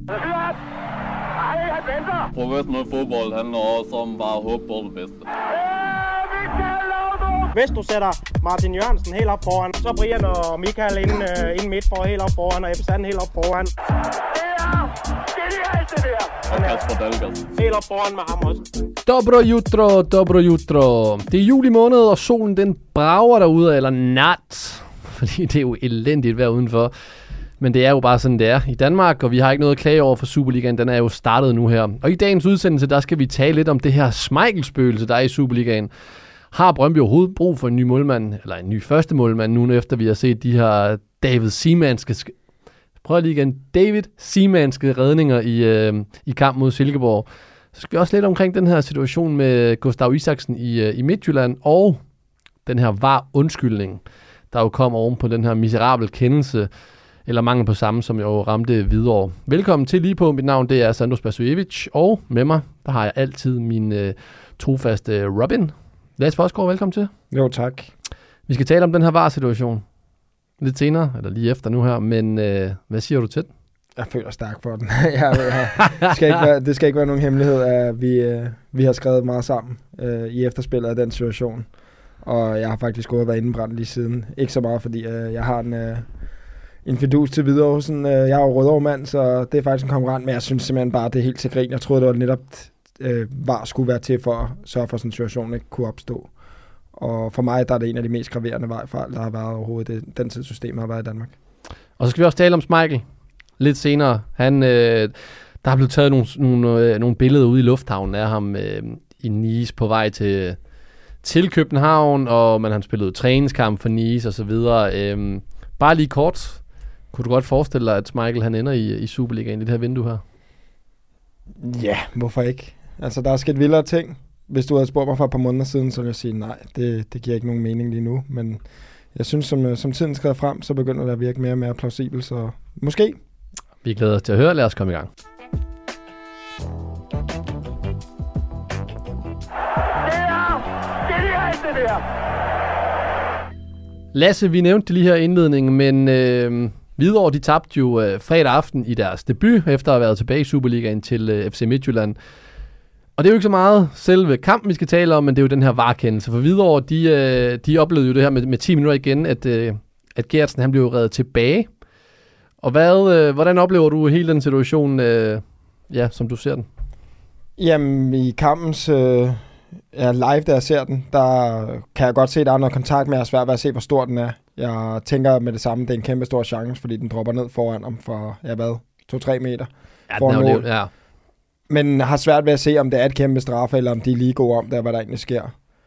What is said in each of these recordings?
Professionel fodbold handler også om bare at håbe på det bedste. Hvis du sætter Martin Jørgensen helt op foran, så Brian og Michael inden midt for helt op foran, og Ebbe Sand helt op foran. Det er genialt, det der! Og Kasper Dahlgaard. Helt op foran med ham også. Dobro jutro. Det er juli måned, og solen den brager derude, eller nat. Fordi det er jo elendigt vejr udenfor. Men det er jo bare sådan, det er i Danmark, og vi har ikke noget at klage over for Superligaen. Den er jo startet nu her. Og i dagens udsendelse, der skal vi tale lidt om det her Schmeichel-spøgelse, der er i Superligaen. Har Brøndby overhovedet brug for en ny målmand, eller en ny første målmand, nu efter vi har set de her David Seamanske redninger i kamp mod Silkeborg. Så skal vi også lidt omkring den her situation med Gustav Isaksen i Midtjylland, og den her VAR-undskyldning, der jo kom oven på den her miserabel kendelse, eller mangel på samme, som jo ramte Hvidovre. Velkommen til lige på. Mit navn det er Sandro Spasojevic, og med mig, der har jeg altid min trofaste Robin. Lars Forsgaard, velkommen til. Jo, tak. Vi skal tale om den her VAR-situation lidt senere, eller lige efter nu her, men hvad siger du til den? Jeg føler stærkt for den. Det skal ikke være nogen hemmelighed, at vi har skrevet meget sammen i efterspillet af den situation. Og jeg har faktisk gået og været indebrændt lige siden. Ikke så meget, fordi jeg har en fidus til Hvidovre. Jeg er jo Rødovre-mand, så det er faktisk en konkurrent, men jeg synes simpelthen bare, det er helt til grin. Jeg troede, det var netop VAR skulle være til for at sørge for, at sådan en situation ikke kunne opstå. Og for mig, der er det en af de mest graverende vejfejl, der har været overhovedet den tid systemet har været i Danmark. Og så skal vi også tale om Schmeichel lidt senere. Der er blevet taget nogle billeder ude i lufthavnen af ham i Nice på vej til København, og han spillede træningskamp for Nice og så videre. Bare lige kort, kunne du godt forestille dig, at Schmeichel han ender i Superligaen i det her vindue her? Ja, hvorfor ikke? Altså, der er sket vildere ting. Hvis du havde spurgt mig for et par måneder siden, så ville jeg sige, nej, det giver ikke nogen mening lige nu. Men jeg synes, som tiden skrider frem, så begynder det at virke mere og mere plausibelt, så måske. Vi glæder os til at høre. Lad os komme i gang. Lasse, vi nævnte det lige her i indledningen, men Hvidovre, de tabte jo fredag aften i deres debut, efter at have været tilbage i Superligaen til FC Midtjylland. Og det er jo ikke så meget selve kampen, vi skal tale om, men det er jo den her VAR-kendelse. For Hvidovre, de oplevede jo det her med 10 minutter igen, at Gertsen han blev jo reddet tilbage. Og hvordan oplever du hele den situation, som du ser den? Jamen, i kampens live, da jeg ser den, der kan jeg godt se, at der er noget kontakt med, jeg er svært ved at se, hvor stor den er. Jeg tænker med det samme, det er en kæmpe stor chance, fordi den dropper ned foran om for, 2-3 meter foran mål. Ja. Men har svært ved at se, om det er et kæmpe straffe, eller om de er lige gode om det, hvad der egentlig sker.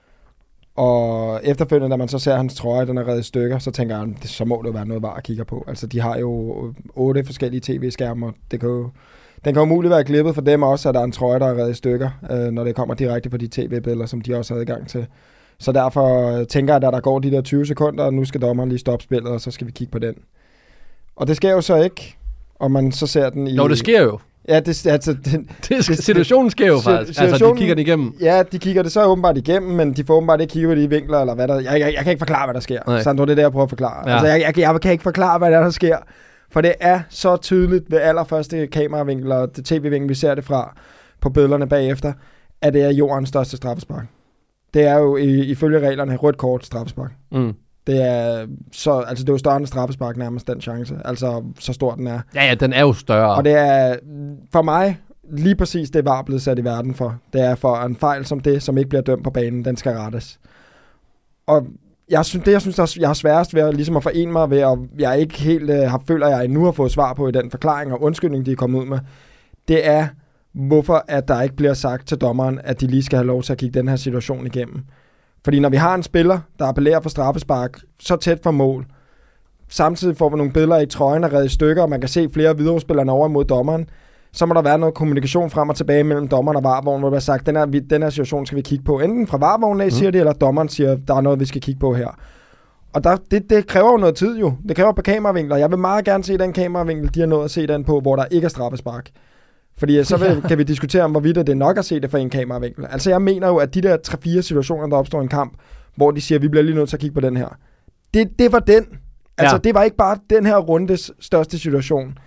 Og efterfølgende, da man så ser hans trøje, den er revet i stykker, så tænker jeg, så må det være noget VAR at kigge på. Altså, de har jo 8 forskellige tv-skærme, og den kan jo muligt være klippet for dem også, at der er en trøje, der er revet i stykker, når det kommer direkte på de tv-billeder, som de også har adgang til. Så derfor tænker jeg, at der går de der 20 sekunder, og nu skal dommeren lige stoppe spillet, og så skal vi kigge på den. Og det sker jo så ikke, og man så ser den i... Jo, det sker jo. Ja, situationen sker jo faktisk. Altså, de kigger den igennem. Ja, de kigger det så åbenbart igennem, men de får åbenbart ikke kigge på de vinkler, eller hvad der... Jeg kan ikke forklare, hvad der sker. Sandro, det er det, jeg prøver at forklare. Ja. Altså, jeg kan ikke forklare, hvad der sker. For det er så tydeligt ved allerførste kameravinkel og det tv-vinkel, vi ser det fra på billederne bagefter, at det er jordens største straffespark. Det er jo ifølge reglerne rødt kort straffespark. Mm. Det er jo større end straffespark nærmest, den chance. Altså, så stor den er. Ja, den er jo større. Og det er for mig lige præcis det, VAR blevet sat i verden for. Det er for en fejl som det, som ikke bliver dømt på banen, den skal rettes. Og jeg har sværest ved ligesom at forene mig ved, og jeg ikke helt føler, at jeg endnu har fået svar på i den forklaring og undskyldning, de er kommet ud med, det er, hvorfor at der ikke bliver sagt til dommeren, at de lige skal have lov til at kigge den her situation igennem. Fordi når vi har en spiller, der appellerer for straffespark, så tæt for mål, samtidig får vi nogle billeder i trøjen og reddet i stykker, og man kan se flere Hvidovre-spillerne over imod dommeren, så må der være noget kommunikation frem og tilbage mellem dommeren og VAR-vognen, hvor der er sagt, den her situation skal vi kigge på. Enten fra VAR-vognen af, siger det, eller dommeren siger, der er noget, vi skal kigge på her. Og det kræver jo noget tid jo. Det kræver på kameravinkler. Jeg vil meget gerne se den kameravinkel, de har nået at se den på, hvor der ikke er straffespark. Fordi så kan vi diskutere om, hvorvidt det er nok at se det fra en kameravinkel. Altså jeg mener jo, at de der 3-4 situationer, der opstår i en kamp, hvor de siger, at vi bliver lige nødt til at kigge på den her. Det var den. Altså det var ikke bare den her rundes største situation.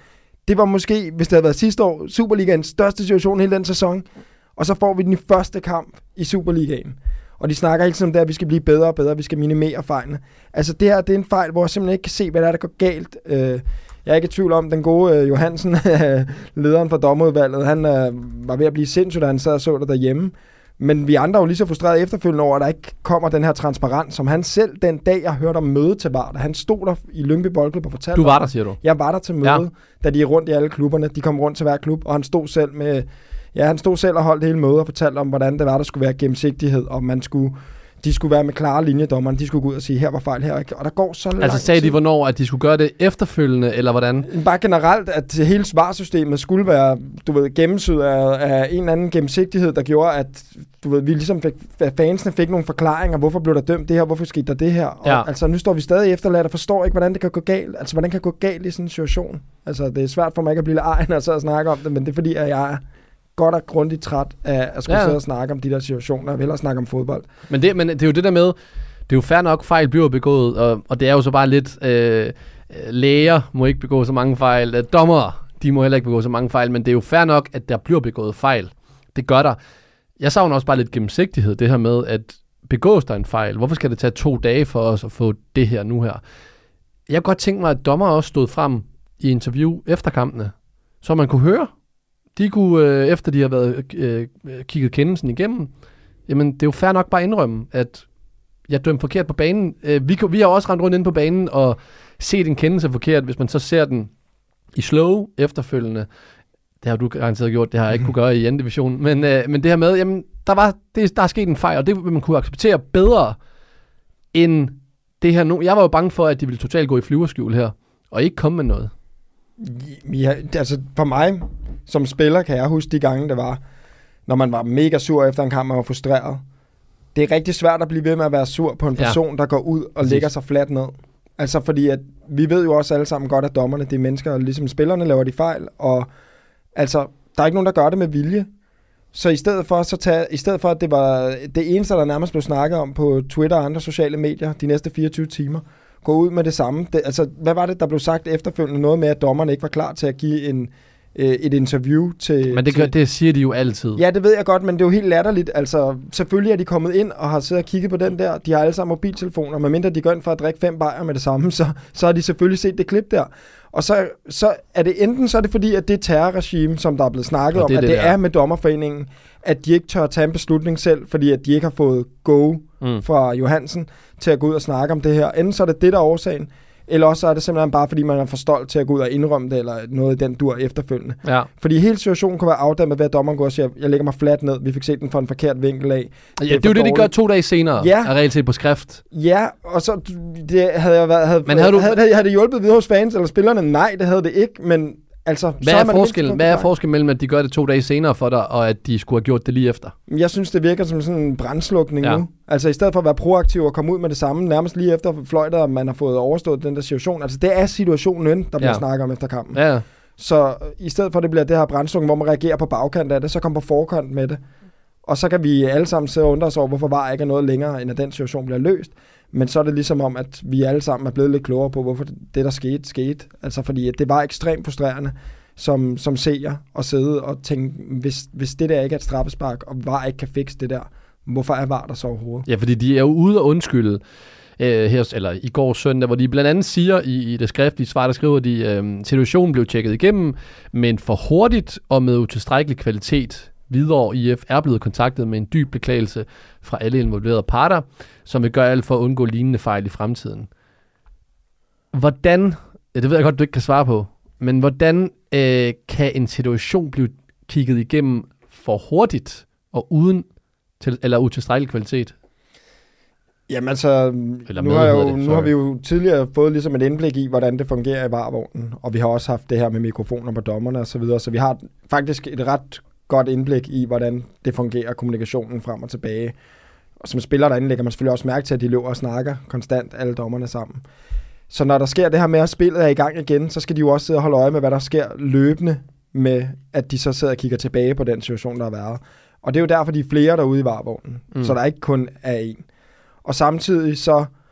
det var måske, hvis det havde været sidste år, Superligaens største situation hele den sæson, og så får vi den i første kamp i Superligaen. Og de snakker hele tiden om det, at vi skal blive bedre og bedre, vi skal minimere fejlene. Altså det her, det er en fejl, hvor jeg simpelthen ikke kan se, hvad der går galt. Jeg er ikke i tvivl om, den gode Johansen, lederen for dommerudvalget, han var ved at blive sindssygt, da han sad og så det derhjemme. Men vi andre er jo lige så frustrerede efterfølgende over, at der ikke kommer den her transparens, som han selv den dag, jeg hørte om møde til VAR, da han stod der i Lyngby Boldklub og fortalte. Du var der, siger du? Jeg var der til møde, da de er rundt i alle klubberne. De kom rundt til hver klub, og han stod selv med... Ja, han stod selv og holdt hele mødet og fortalte om, hvordan det var, der skulle være gennemsigtighed, og de skulle være med klare linjedommerne, de skulle gå ud og sige, her var fejl, her ikke. Og der går så langt. Altså sagde de, hvornår, at de skulle gøre det efterfølgende, eller hvordan? Bare generelt, at hele svarsystemet skulle være, gennemsyret af en eller anden gennemsigtighed, der gjorde, at vi ligesom fansene fik nogle forklaringer, hvorfor blev der dømt det her, hvorfor skete der det her. Og, altså nu står vi stadig efterladt og forstår ikke, hvordan det kan gå galt. Altså hvordan kan det gå galt i sådan en situation. Altså det er svært for mig ikke at blive egen og så at snakke om det, men det er fordi, at jeg er godt og grundigt træt af at skulle sidde og snakke om de der situationer. Jeg vil hellere snakke om fodbold. Men det er jo det der med, det er jo fair nok, fejl bliver begået, og det er jo så bare lidt, læger må ikke begå så mange fejl, dommere, de må heller ikke begå så mange fejl, men det er jo fair nok, at der bliver begået fejl. Det gør der. Jeg savner også bare lidt gennemsigtighed, det her med, at begås der en fejl, hvorfor skal det tage 2 dage for os at få det her nu her? Jeg kunne godt tænke mig, at dommere også stod frem i interview efter kampene, så man kunne høre. De kunne, efter de har været kigget kendelsen igennem, jamen det er jo fair nok bare indrømme, at jeg dømte forkert på banen. Vi har også rendt rundt inde på banen og set en kendelse forkert, hvis man så ser den i slow efterfølgende. Det har du garanteret gjort, det har jeg ikke kunne gøre i anden division. Men det her med, jamen der er sket en fejl, og det vil man kunne acceptere bedre end det her nu. Jeg var jo bange for, at de ville totalt gå i flyverskjul her, og ikke komme med noget. Ja, altså for mig som spiller kan jeg huske de gange, det var, når man var mega sur efter en kamp, man var frustreret. Det er rigtig svært at blive ved med at være sur på en person, der går ud og lægger sig fladt ned. Altså fordi, at vi ved jo også alle sammen godt, at dommerne, det er mennesker, og ligesom spillerne laver de fejl, og altså, der er ikke nogen, der gør det med vilje. Så i stedet for, at det var det eneste, der nærmest blev snakket om på Twitter og andre sociale medier de næste 24 timer, gå ud med det samme. Altså, hvad var det, der blev sagt efterfølgende? Noget med, at dommerne ikke var klar til at give et interview til... Men det siger de jo altid. Ja, det ved jeg godt, men det er jo helt latterligt. Altså, selvfølgelig er de kommet ind og har siddet og kigget på den der. De har alle sammen mobiltelefoner, medmindre de går ind for at drikke 5 bajer med det samme, så har de selvfølgelig set det klip der. Og så er det enten, så er det fordi, at det terrorregime, som der er blevet snakket om, at det er med dommerforeningen, at de ikke tør tage en beslutning selv, fordi at de ikke har fået go fra Johansen til at gå ud og snakke om det her. Enten så er det der er årsagen, eller også er det simpelthen bare, fordi man er for stolt til at gå ud og indrømme det, eller noget i den dur efterfølgende. Ja. Fordi hele situationen kunne være afdæmmet ved, at dommeren går og siger, jeg lægger mig flat ned, vi fik set den fra en forkert vinkel af. Ja, det er jo det, de gør 2 dage senere, er reelt set på skrift. Ja, og så havde det hjulpet videre hos fans eller spillerne? Nej, det havde det ikke, men altså... Hvad er forskellen mellem, at de gør det 2 dage senere for dig, og at de skulle have gjort det lige efter? Jeg synes, det virker som sådan en brandslukning nu. Altså i stedet for at være proaktiv og komme ud med det samme, nærmest lige efter fløjter, og man har fået overstået den der situation. Altså det er situationen, der bliver snakket om efter kampen. Ja. Så i stedet for, at det bliver det her brandslukning, hvor man reagerer på bagkant af det, så kommer på forkant med det. Og så kan vi alle sammen sidde og undre os over, hvorfor VAR ikke er noget længere, end at den situation bliver løst. Men så er det ligesom om, at vi alle sammen er blevet lidt klogere på, hvorfor det der skete. Altså fordi det var ekstremt frustrerende som seer at sidde og tænke, hvis det der ikke er et straffespark, og VAR ikke kan fikse det der, hvorfor er VAR der så overhovedet? Ja, fordi de er jo ude og undskylde i går søndag, hvor de blandt andet siger i det skriftlige svar, der skriver de, situationen blev tjekket igennem, men for hurtigt og med utilstrækkelig kvalitet. Hvidovre IF er blevet kontaktet med en dyb beklagelse fra alle involverede parter, som vil gøre alt for at undgå lignende fejl i fremtiden. Hvordan, det ved jeg godt, du ikke kan svare på, men hvordan kan en situation blive kigget igennem for hurtigt og uden eller utilstrækkelig kvalitet? Jamen altså, nu har vi jo tidligere fået ligesom et indblik i, hvordan det fungerer i VAR-vognen, og vi har også haft det her med mikrofoner på dommerne og så videre, så vi har faktisk et ret godt indblik i, hvordan det fungerer, kommunikationen frem og tilbage. Og som spiller derinde lægger man selvfølgelig også mærke til, at de løber og snakker konstant, alle dommerne sammen. Så når der sker det her med, at spillet er i gang igen, så skal de jo også sidde og holde øje med, hvad der sker løbende med, at de så sidder og kigger tilbage på den situation, der har været. Og det er jo derfor, de er flere derude i VAR-vognen, så der ikke kun er én. Og samtidig så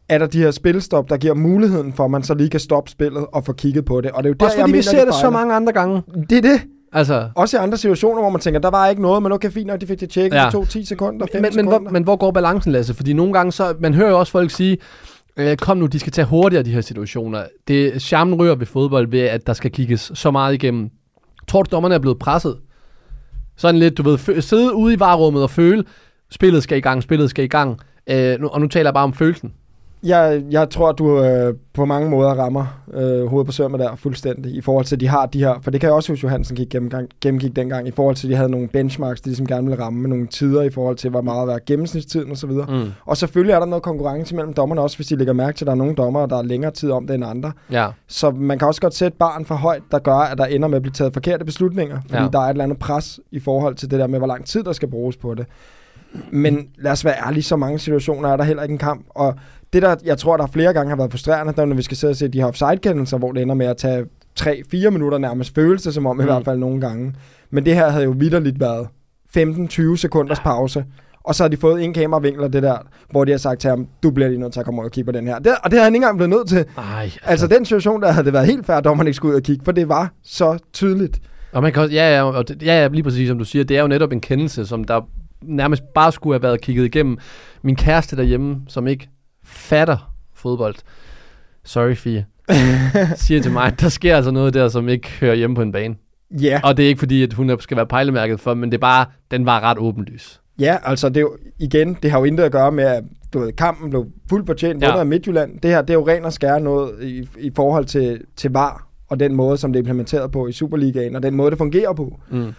er der de her spilstop, der giver muligheden for, at man så lige kan stoppe spillet og få kigget på det. Og det er jo der, også fordi vi ser det så mange andre gange. Det er det. Altså. Også i andre situationer, hvor man tænker, der var ikke noget, men okay, fint nok, de fik det tjekket, det tog 10 sekunder, 5 sekunder. Men hvor går balancen, Lasse? Fordi nogle gange, så man hører jo også folk sige, kom nu, de skal tage hurtigere de her situationer. Charmen ryger ved fodbold ved, at der skal kigges så meget igennem. Tror du, dommerne er blevet presset? Sådan lidt, du ved, sidde ude i varerummet og føle, spillet skal i gang. Og nu taler jeg bare om følelsen. Jeg tror, at du på mange måder rammer hovedet på sømmet der fuldstændig, i forhold til, at de har de her, for det kan jeg også huske, Johansen gennemgik dengang, i forhold til, at de havde nogle benchmarks, de ligesom gerne ville ramme med nogle tider, i forhold til, hvor meget var gennemsnitstiden og så videre. Og selvfølgelig er der noget konkurrence mellem dommerne også, hvis de lægger mærke til, at der er nogle dommere, der er længere tid om det end andre. Ja. Så man kan også godt sætte barn for højt, der gør, at der ender med at blive taget forkerte beslutninger, fordi der er et eller andet pres i forhold til det der med, hvor lang tid der skal bruges på det. Men lad os være ærlige, så mange situationer er der heller ikke en kamp, og det der, jeg tror, der flere gange har været frustrerende, der når vi skal sidde og se de her offside-kendelser, hvor det ender med at tage 3-4 minutter nærmest følelse, som om i hvert fald nogle gange. Men det her havde jo vitterligt været 15-20 sekunders pause, og så har de fået en kameravinkel det der, hvor de har sagt til ham, du bliver lige nødt til at komme ud og kigge på den her. Og det har han ikke engang blevet nødt til. Altså den situation, der havde det været helt fair, at dommeren ikke skulle ud og kigge, for det var så tydeligt. Og man kan også, ja, lige præcis som du siger, det er jo netop en kendelse, som der nærmest bare skulle have været kigget igennem. Min kæreste derhjemme, som ikke fatter fodbold. Sorry, Fie. Siger til mig, der sker altså noget der, som ikke hører hjemme på en bane. Ja. Yeah. Og det er ikke fordi, at hun skal være pejlemærket for, men det er bare, den var ret åbenlys. Ja, altså det er jo, igen, det har jo intet at gøre med, at kampen blev fuldt fortjent vundet af Midtjylland. Det her, det er jo ren og skære noget i forhold til VAR, og den måde, som det er implementeret på i Superligaen, og den måde, det fungerer på.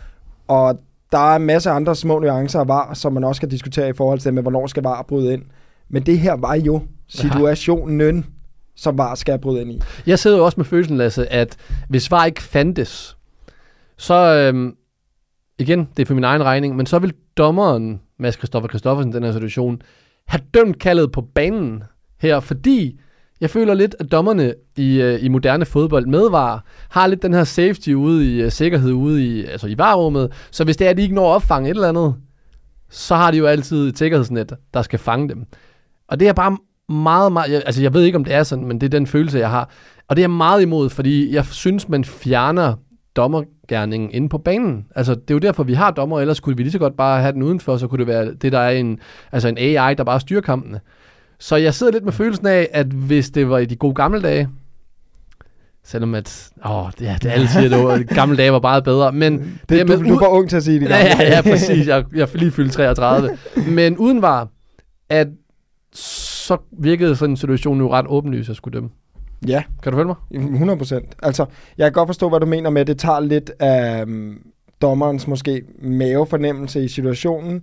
Og der er en masse andre små nuancer af VAR, som man også skal diskutere i forhold til med, hvornår skal VAR bryde ind. Men det her var jo situationen, som VAR skal bryde ind i. Jeg sidder jo også med følelsen, Lasse, at hvis VAR ikke fandtes, så, igen, det er for min egen regning, men så vil dommeren, Mads Christoffer Christoffersen, den her situation, have dømt kaldet på banen her, fordi jeg føler lidt, at dommerne i moderne fodbold med VAR har lidt den her safety ude i sikkerhed ude i VAR-rummet, så hvis det er, at de ikke når at opfange et eller andet, så har de jo altid et sikkerhedsnet, der skal fange dem. Og det er bare meget, altså jeg ved ikke, om det er sådan, men det er den følelse, jeg har. Og det er meget imod, fordi jeg synes, man fjerner dommergerningen inde på banen. Altså det er jo derfor, vi har dommer, ellers kunne vi lige så godt bare have den udenfor, så kunne det være det, der er en AI, der bare styrer kampene. Så jeg sidder lidt med følelsen af, at hvis det var i de gode gamle dage, selvom at, det alle siger, at gamle dage var meget bedre, men... Du var ung til at sige det gamle dage. Ja, præcis. Jeg lige fyldt 33. Men uden VAR, at så virkede sådan en situation jo ret åbenlyst at skulle dømme. Ja. Kan du følge mig? 100%. Altså, jeg kan godt forstå, hvad du mener med, at det tager lidt af dommerens måske mavefornemmelse i situationen,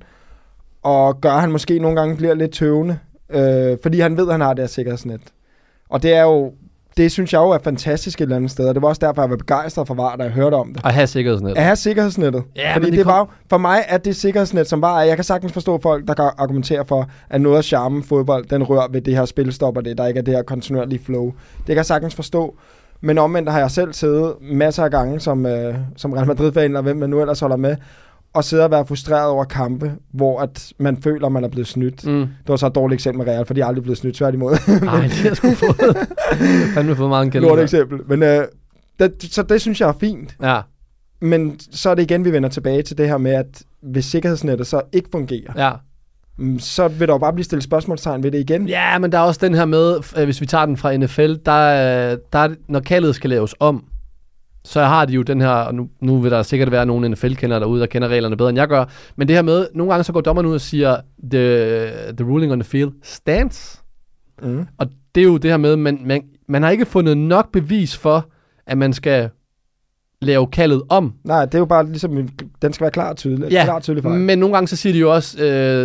og gør, at han måske nogle gange bliver lidt tøvende, fordi han ved, at han har det her sikkerhedsnet. Og det er jo, det synes jeg jo er fantastisk et eller andet sted, og det var også derfor, jeg var begejstret for VAR, da jeg hørte om det. At have sikkerhedsnettet. At have sikkerhedsnettet. Ja, fordi det var for mig, at det sikkerhedsnet, som var, jeg kan sagtens forstå folk, der kan argumentere for, at noget af charmen fodbold, den rører ved det her spilstop, og der ikke er det her kontinuerlige flow. Det kan jeg sagtens forstå. Men omvendt har jeg selv siddet masser af gange, som Real Madrid-fan, eller hvem man nu ellers holder med, og sidde og være frustreret over kampe, hvor at man føler, at man er blevet snydt. Det var så et dårligt eksempel med Real, for de er aldrig blevet snydt, tværtimod. Nej, det har sgu fået. Jeg har fandme fået meget en kælder. Lort eksempel. Men så det synes jeg er fint. Ja. Men så er det igen, vi vender tilbage til det her med, at hvis sikkerhedsnettet så ikke fungerer, så vil der jo bare blive stillet spørgsmålstegn ved det igen. Ja, men der er også den her med, hvis vi tager den fra NFL, der når kaldet skal laves om, så har de jo den her, og nu vil der sikkert være nogle NFL-kendere derude, der kender reglerne bedre, end jeg gør, men det her med, nogle gange så går dommeren ud og siger, the ruling on the field stands. Og det er jo det her med, man har ikke fundet nok bevis for, at man skal lave kaldet om. Nej, det er jo bare ligesom, den skal være klar og tydelig. Ja, klar og tydelig men nogle gange så siger de jo også,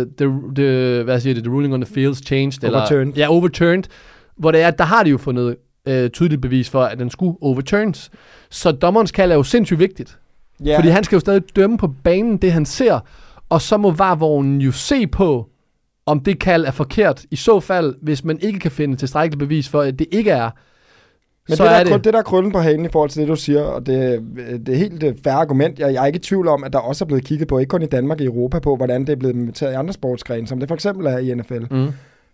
the ruling on the field's changed. Overturned. Eller, overturned, hvor det er, der har de jo fundet tydeligt bevis for, at den skulle overturns. Så dommerens kald er jo sindssygt vigtigt. Yeah. Fordi han skal jo stadig dømme på banen, det han ser, og så må VAR-vognen jo se på, om det kald er forkert. I så fald, hvis man ikke kan finde tilstrækkeligt bevis for, at det ikke er. Men så det der krøllen på hanen i forhold til det, du siger, og det er helt fair argument. Jeg er ikke i tvivl om, at der også er blevet kigget på, ikke kun i Danmark, i Europa, på, hvordan det er blevet implementeret i andre sportsgrene, som det for eksempel er i NFL.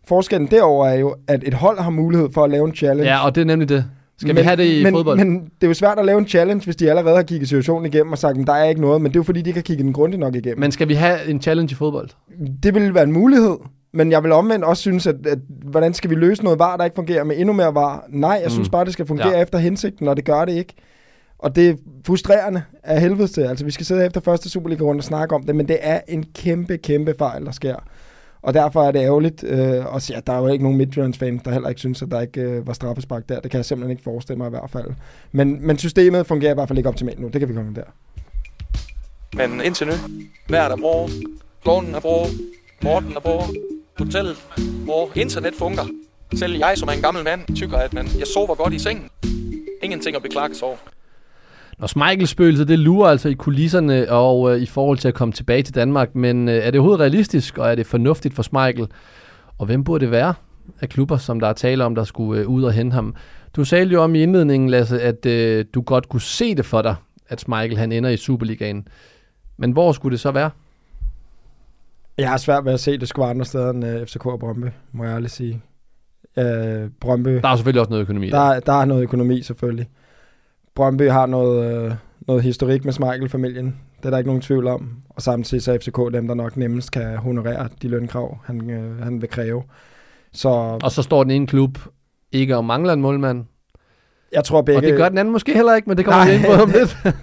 Forskellen derover er jo, at et hold har mulighed for at lave en challenge. Ja, og det er nemlig det. Skal vi have det i fodbold? Men det er jo svært at lave en challenge, hvis de allerede har kigget situationen igennem og sagt, at der er ikke noget, men det er jo fordi, de ikke har kigget den grundigt nok igennem. Men skal vi have en challenge i fodbold? Det vil være en mulighed, men jeg vil omvendt også synes, at hvordan skal vi løse noget VAR, der ikke fungerer med endnu mere VAR? Nej, jeg synes bare, det skal fungere efter hensigten, og det gør det ikke. Og det er frustrerende af helvede til. Altså, vi skal sidde efter første Superliga-runde og snakke om det, men det er en kæmpe, kæmpe fejl, der sker. Og derfor er det ærgerligt. Og ja, der er jo ikke nogen Midtjyllands-fan, der heller ikke synes, at der ikke var straffespark der. Det kan jeg simpelthen ikke forestille mig i hvert fald. Men systemet fungerer i hvert fald ikke optimalt nu. Det kan vi komme der. Men indtil nu, vejret er bra, gården er bra, Morten er bra, hotellet bra, internet fungerer. Selv jeg, som er en gammel mand, tykker, at jeg sover godt i sengen. Ingenting at beklage sig over. Når Schmeichel-spøgelset, det lurer altså i kulisserne og i forhold til at komme tilbage til Danmark, men er det overhovedet realistisk, og er det fornuftigt for Schmeichel? Og hvem burde det være af klubber, som der er tale om, der skulle ud og hente ham? Du sagde jo om i indledningen, Lasse, at du godt kunne se det for dig, at Schmeichel han ender i Superligaen. Men hvor skulle det så være? Jeg har svært ved at se, at det skulle være andre steder end FCK og Brøndby, må jeg ærligt sige. Brøndby, der er selvfølgelig også noget økonomi. Der er noget økonomi, selvfølgelig. Brøndby har noget historik med Schmeichel-familien. Det er der ikke nogen tvivl om. Og samtidig så er FCK dem, der nok nemmest kan honorere de lønkrav, han vil kræve. Og så står den ene klub ikke og mangler en målmand. Jeg tror begge... Og det gør den anden måske heller ikke, men det kommer vi ind på om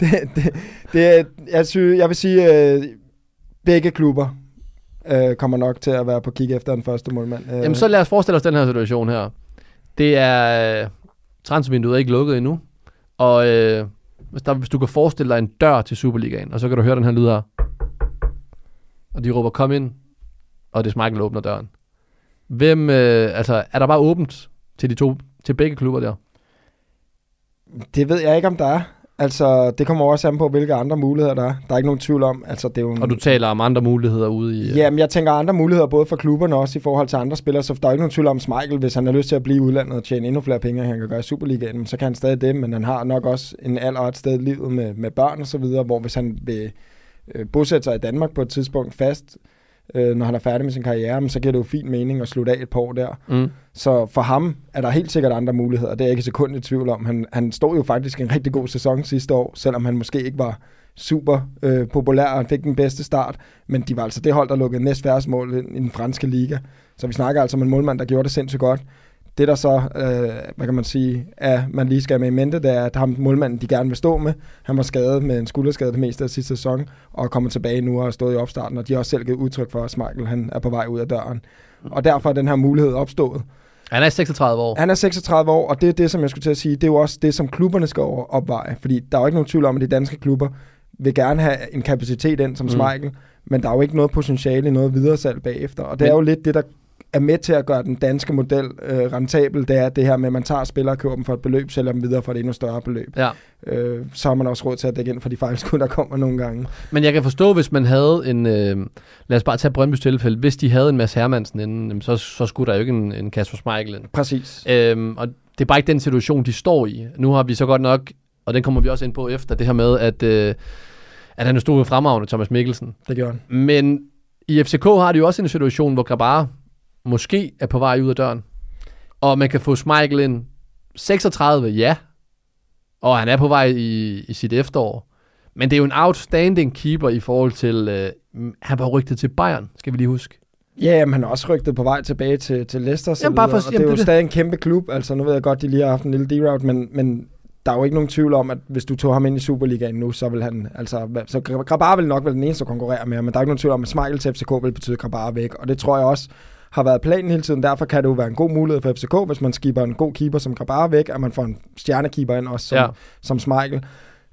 lidt. Jeg vil sige, begge klubber kommer nok til at være på kig efter den første målmand. Jamen så lad os forestille os den her situation her. Det er... transfervinduet er ikke lukket endnu. Og hvis du kan forestille dig en dør til Superligaen, og så kan du høre den her lyd her. Og de råber, kom ind, og det er Schmeichel, åbner døren. Hvem, er der bare åbent til begge klubber der? Det ved jeg ikke, om der er. Altså, det kommer også an på, hvilke andre muligheder der er. Der er ikke nogen tvivl om. Altså, det er jo og du taler om andre muligheder ude i... Jamen, jeg tænker andre muligheder, både for klubberne og også i forhold til andre spillere. Så der er ikke nogen tvivl om Schmeichel, hvis han har lyst til at blive i udlandet og tjene endnu flere penge, end han kan gøre i Superligaen, så kan han stadig det, men han har nok også en alder et sted i livet med børn og så videre, hvor hvis han vil bosætte sig i Danmark på et tidspunkt fast, når han er færdig med sin karriere, så giver det jo fin mening at slutte af et par år der. Så for ham er der helt sikkert andre muligheder, det er jeg ikke et sekund i tvivl om. Han stod jo faktisk en rigtig god sæson sidste år, selvom han måske ikke var super populær, og han fik den bedste start, men de var altså det hold, der lukkede næstfærrest mål i den franske liga. Så vi snakker altså om en målmand, der gjorde det sindssygt godt. Det der så, hvad kan man sige, man lige skal have med i mente, det er, at ham målmanden, de gerne vil stå med, han var skadet med en skulderskade det meste af sidste sæson, og kommer tilbage nu og har stået i opstarten, og de har også selv givet udtryk for, at Schmeichel, han er på vej ud af døren. Og derfor er den her mulighed opstået. Han er 36 år. Han er 36 år, og det er det, som jeg skulle til at sige, det er jo også det, som klubberne skal opveje, fordi der er jo ikke nogen tvivl om, at de danske klubber vil gerne have en kapacitet ind som Schmeichel, men der er jo ikke noget potentiale i noget videresalg bagefter, og det er jo lidt det, der er med til at gøre den danske model rentabel, det er det her med, at man tager spillere og køber dem for et beløb, sælger dem videre for et endnu større beløb. Ja. Så har man også råd til at dække ind for de fejlskud, der kommer nogle gange. Men jeg kan forstå, hvis man havde en... lad os bare tage Brøndbys tilfælde. Hvis de havde en Mads Hermansen inden, så skulle der jo ikke en Kasper Schmeichel ind. Præcis. Og det er bare ikke den situation, de står i. Nu har vi så godt nok, og den kommer vi også ind på efter, det her med, at han stod fremragende, Thomas Mikkelsen. Det gjorde han. Men i FCK har de jo også en situation, hvor Grabar måske er på vej ud af døren. Og man kan få Schmeichel ind 36, ja. Og han er på vej i sit efterår. Men det er jo en outstanding keeper i forhold til... han var rygtet til Bayern, skal vi lige huske. Ja, men han er også rygtet på vej tilbage til Leicester. Jamen, bare for, og det er jo stadig en kæmpe klub. Altså, nu ved jeg godt, de lige har haft en lille deroute, men der er jo ikke nogen tvivl om, at hvis du tog ham ind i Superligaen nu, så vil han... Altså, så Grabar vil nok være den eneste at konkurrere med, men der er ikke nogen tvivl om, at Schmeichel til FCK vil betyde Grabar væk. Og det tror jeg også har været planen hele tiden. Derfor kan det jo være en god mulighed for FCK, hvis man skipper en god keeper som Grabar væk, at man får en stjernekeeper ind også som Schmeichel.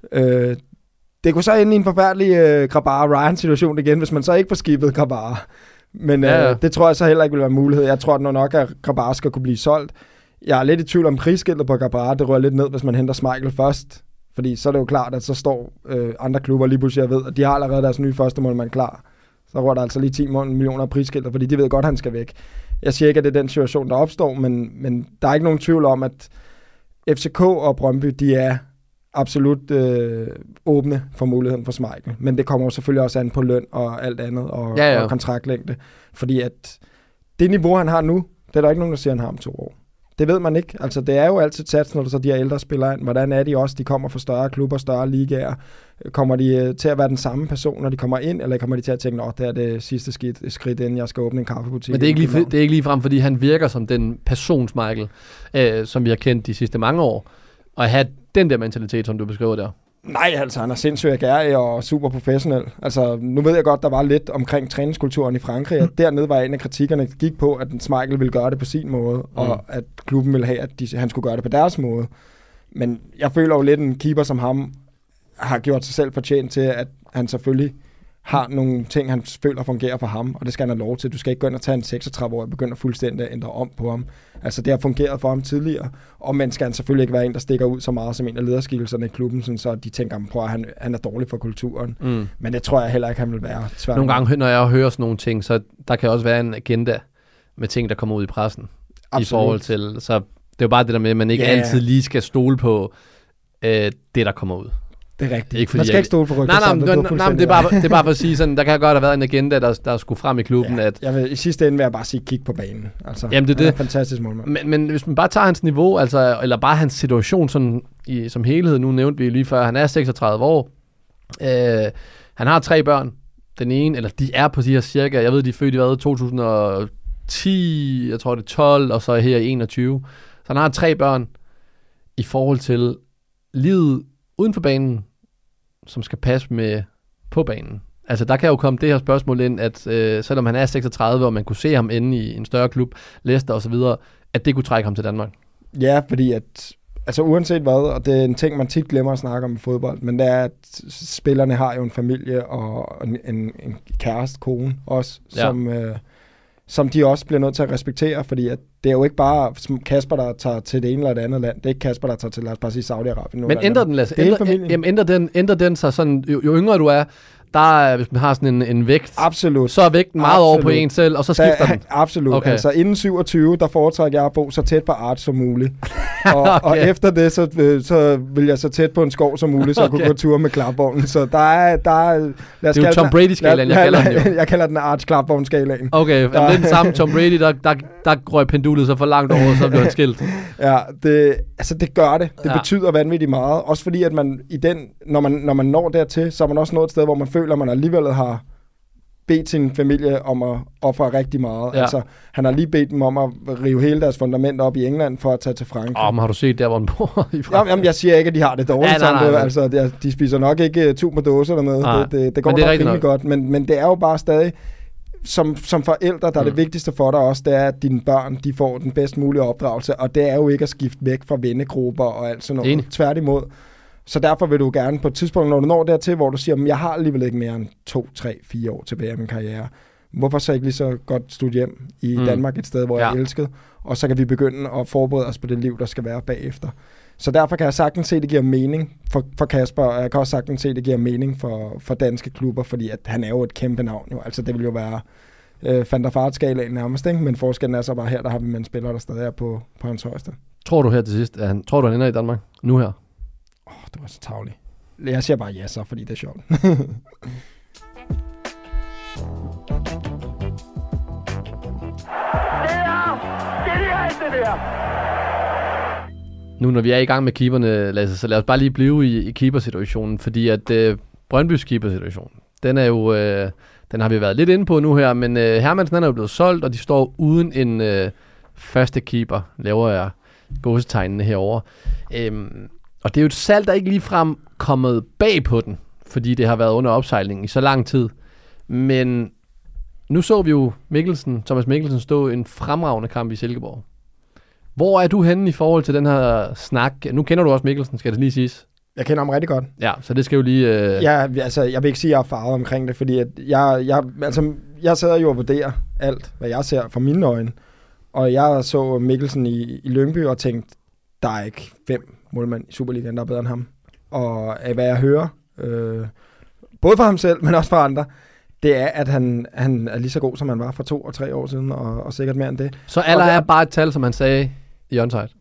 Det kunne så ende i en forfærdelig Grabar-Ryan-situation igen, hvis man så ikke får skibet Grabar. Men det tror jeg så heller ikke vil være mulighed. Jeg tror nok, at Grabar skal kunne blive solgt. Jeg er lidt i tvivl om prisskiltet på Grabar. Det rører lidt ned, hvis man henter Schmeichel først. Fordi så er det jo klart, at så står andre klubber lige pludselig og ved, at de har allerede deres nye første målmand klar. Så rører der altså lige 10 millioner prisskilter, fordi de ved godt, at han skal væk. Jeg siger ikke, at det er den situation, der opstår, men der er ikke nogen tvivl om, at FCK og Brøndby, de er absolut åbne for muligheden for Schmeichel. Men det kommer jo selvfølgelig også an på løn og alt andet, og kontraktlængde. Fordi at det niveau, han har nu, Det er der ikke nogen, der siger, han har om 2 år. Det ved man ikke. Altså, det er jo altid sats, når der så de her ældre spillere ind. Hvordan er de også? De kommer fra større klubber, større ligaer. Kommer de til at være den samme person, når de kommer ind, eller kommer de til at tænke, det er det sidste skridt, inden jeg skal åbne en kaffebutik? Men det er ikke lige frem, fordi han virker som den persons Michael, som vi har kendt de sidste mange år, og at have den der mentalitet, som du beskriver der. Nej, altså han er sindssygt agerig og super professionel. Altså nu ved jeg godt, der var lidt omkring træningskulturen i Frankrig, at dernede var en af kritikkerne, der gik på, at Schmeichel ville gøre det på sin måde, og at klubben ville have, at han skulle gøre det på deres måde. Men jeg føler jo lidt, en keeper som ham har gjort sig selv fortjent til, at han selvfølgelig har nogle ting, han føler fungerer for ham, og det skal han have lov til. Du skal ikke gå ind og tage en 36-årig og begynde at fuldstændig at ændre om på ham. Altså det har fungeret for ham tidligere, og men skal han selvfølgelig ikke være en, der stikker ud så meget som en af lederskikkelserne i klubben, sådan, så de tænker, at han er dårlig for kulturen. Men det tror jeg heller ikke, han vil være. Svært nogle gange, når jeg hører sådan nogle ting, så der kan også være en agenda med ting, der kommer ud i pressen. Absolut. I forhold til, så det er jo bare det der med, at man ikke altid lige skal stole på det, der kommer ud. Det er rigtigt. Ikke, man skal ikke stole på rygter. Nej, det er bare for at sige sådan, der kan godt have været en agenda, der skulle frem i klubben. Ja, at i sidste ende vil jeg bare sige, kig på banen. Altså, jamen, det er en fantastisk målmand. Men hvis man bare tager hans niveau, altså, eller bare hans situation sådan, som helhed, nu nævnte vi lige før, han er 36 år, han har 3 børn, den ene, eller de er på de her cirka, jeg ved, de er født i 2010, jeg tror det er 12, og så her i 21. Så han har 3 børn i forhold til livet uden for banen, som skal passe med på banen. Altså, der kan jo komme det her spørgsmål ind, at selvom han er 36, og man kunne se ham inde i en større klub, Leicester og så videre, at det kunne trække ham til Danmark. Ja, fordi at, altså uanset hvad, og det er en ting, man tit glemmer at snakke om i fodbold, men det er, at spillerne har jo en familie og en kæreste, kone også, som de også bliver nødt til at respektere, fordi at det er jo ikke bare Kasper, der tager til det ene eller det andet land. Det er ikke Kasper, der tager til, lad os bare sige, Saudi-Arabien. Men ændrer den, Lasse? Ændrer den sig sådan, jo yngre du er, der, hvis man har sådan en vægt, absolut, så er vægten meget over på en selv, og så skifter den. Absolut. Okay. Altså inden 27, der foretrækker jeg at bo så tæt på Art som muligt. Og efter det, så vil jeg så tæt på en skov som muligt, så jeg kunne gå tur med klapvognen. Så der er det er jo Tom Brady-skalaen, jeg kalder den jo. Jeg kalder den Arts klapvogn-skalaen. Okay, det er den samme Tom Brady, der røg pendulet så for langt over, så bliver han skilt. Ja, det gør det. Det betyder vanvittigt meget. Også fordi, at man i den, når man når dertil, så er man også nået et sted, hvor man føler, at man alligevel har bedt sin familie om at ofre rigtig meget. Ja. Altså, han har lige bedt dem om at rive hele deres fundament op i England for at tage til Frankrig. Men har du set der, hvor han bor i Frankrig? Jamen, jeg siger ikke, at de har det dårligt. Nej. Altså, de spiser nok ikke tu med dåser eller noget. Det går nok rimelig godt. Men det er jo bare stadig, som forældre, der er det vigtigste for dig også, det er, at dine børn, de får den bedst mulige opdragelse, og det er jo ikke at skifte væk fra vennegrupper og alt sådan noget. Tværtimod. Så derfor vil du gerne på et tidspunkt, når du når dertil, hvor du siger, jeg har alligevel ikke mere end 2, 3, 4 år tilbage af min karriere. Hvorfor så ikke lige så godt studie hjem i Danmark, et sted, hvor jeg er elsket, og så kan vi begynde at forberede os på det liv, der skal være bagefter. Så derfor kan jeg sagtens se, at det giver mening for Kasper, og jeg kan også sagtens se, at det giver mening for danske klubber, fordi at han er jo et kæmpe navn. Jo. Altså det vil jo være Van der Vaart-skalaen nærmest, ikke? Men forskellen er så bare her, der har vi med en spiller, der stadig er på hans højeste. Tror du her til sidst, tror du han ender i Danmark nu her? Det var så tarveligt. Jeg siger bare ja så, fordi det er sjovt. Det der. Nu når vi er i gang med keeperne, Lasse, så lad os bare lige blive i keepersituationen, fordi at Brøndbys keepersituation, den er jo, den har vi været lidt inde på nu her, men Hermansen er jo blevet solgt, og de står uden en første keeper, laver jeg gåsetegnene herovre. Og det er jo et salg, der ikke ligefrem kommet bag på den, fordi det har været under opsejling i så lang tid. Men nu så vi jo Thomas Mikkelsen stå en fremragende kamp i Silkeborg. Hvor er du henne i forhold til den her snak? Nu kender du også Mikkelsen, skal det lige siges. Jeg kender ham rigtig godt. Ja, så det skal jo lige... Ja, altså, jeg vil ikke sige, at jeg er farvet omkring det, fordi at jeg sidder jo og vurderer alt, hvad jeg ser fra mine øjne. Og jeg så Mikkelsen i Lyngby og tænkte, der er ikke 5 målmænd i Superligaen, der er bedre end ham. Og af hvad jeg hører, både for ham selv, men også for andre, det er, at han er lige så god, som han var for 2 og 3 år siden, og sikkert mere end det. Så alder er bare et tal, som han sagde i onside?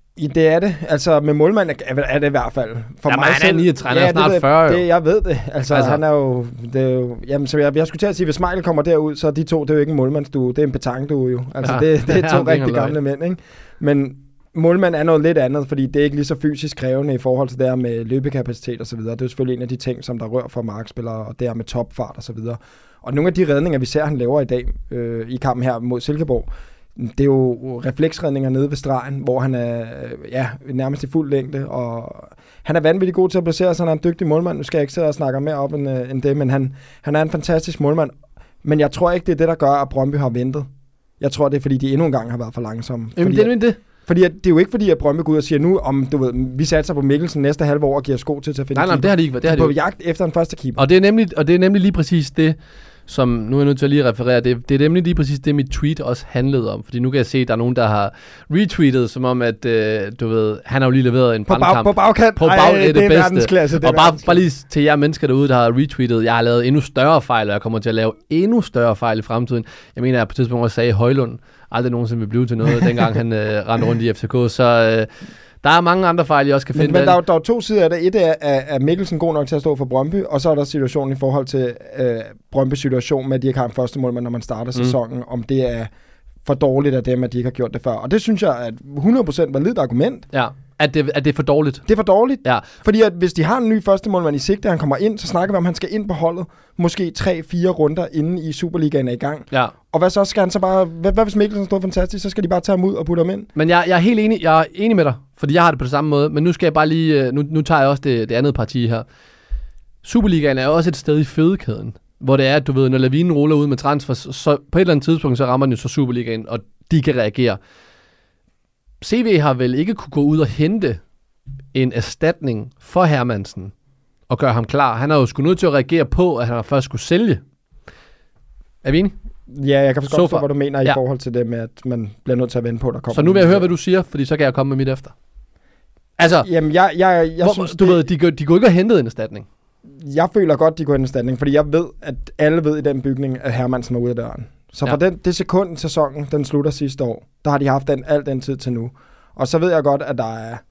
Det er det. Altså, med målmand er det i hvert fald. For mig han er 39, han er snart 40. Jeg ved det. Altså, han er jo... Det er jo jamen, så jeg skulle til at sige, hvis Michael kommer derud, så de to, det er jo ikke en målmandsduo, det er en petanque-duo jo. Altså, det er to rigtig gamle mænd, ikke? Men målmand er noget lidt andet, fordi det er ikke lige så fysisk krævende i forhold til det her med løbekapacitet og så videre. Det er jo selvfølgelig en af de ting, som der rører for markspillere, og det her med topfart og så videre. Og nogle af de redninger, vi ser, han laver i dag i kampen her mod Silkeborg, det er jo refleksredninger nede ved stregen, hvor han er nærmest i fuld længde, og han er vanvittigt god til at placere sig, han er en dygtig målmand. Nu skal jeg ikke sidde og snakke mere op end det, men han er en fantastisk målmand. Men jeg tror ikke, det er det, der gør, at Brøndby har ventet. Jeg tror, det er, fordi de endnu en gang har været for langsomme. Jamen, det er det. Fordi det er jo ikke fordi, at Brøndby går ud og siger nu, om du ved, vi satser på Mikkelsen næste halve år og giver sko til at finde Nej, det har de ikke. Det har de på jagt efter en første keeper. Og det er nemlig lige præcis det, som, nu er jeg nødt til at lige referere, det er nemlig lige præcis det, mit tweet også handlede om. Fordi nu kan jeg se, at der er nogen, der har retweetet, som om, at du ved, han har jo lige leveret en brandkamp. På bagkant. På det er bedste. Verdensklasse. Og bare lige til jer mennesker derude, der har retweetet, jeg har lavet endnu større fejl, og jeg kommer til at lave endnu større fejl i fremtiden. Jeg mener, jeg på et tidspunkt også sagde, Højlund aldrig nogensinde vil blive til noget, dengang han rendte rundt i FCK. Så der er mange andre fejl, jeg også kan finde. Men der er to sider af det. Et er Mikkelsen god nok til at stå for Brøndby, og så er der situationen i forhold til Brøndbys situation med, at de ikke har en første målmand, når man starter sæsonen, om det er for dårligt af dem, at de ikke har gjort det før. Og det synes jeg er et 100% validt argument. Ja, at det er for dårligt. Det er for dårligt. Ja. Fordi at hvis de har en ny første målmand i sigte, han kommer ind, så snakker vi om, at han skal ind på holdet, måske 3-4 runder inden i Superligaen er i gang. Ja. Og hvad så skal han så bare... Hvad hvis Mikkelsen står fantastisk, så skal de bare tage ham ud og putte ham ind. Men jeg er helt enig. Jeg er enig med dig, fordi jeg har det på det samme måde. Men nu skal jeg bare lige... Nu tager jeg også det andet parti her. Superligaen er også et sted i fødekæden, hvor det er, at du ved, når lavinen ruller ud med transfer, så på et eller andet tidspunkt, så rammer den jo så Superligaen, og de kan reagere. CV har vel ikke kunne gå ud og hente en erstatning for Hermansen og gøre ham klar. Han har jo sgu nødt til at reagere på, at han først skulle sælge. Er vi enige? Ja, jeg kan forstå, hvad du mener i forhold til det med, at man bliver nødt til at vente på, der kommer. Så nu vil jeg høre, hvad du siger, fordi så kan jeg komme med mit efter. Altså, jamen, jeg synes... Du ved, de går ikke og hentede en erstatning. Jeg føler godt, de går en erstatning, fordi jeg ved, at alle ved i den bygning, at Hermansen er ude af døren. Så fra det sekund sæsonen, den slutter sidste år, der har de haft al den tid til nu. Og så ved jeg godt, at der er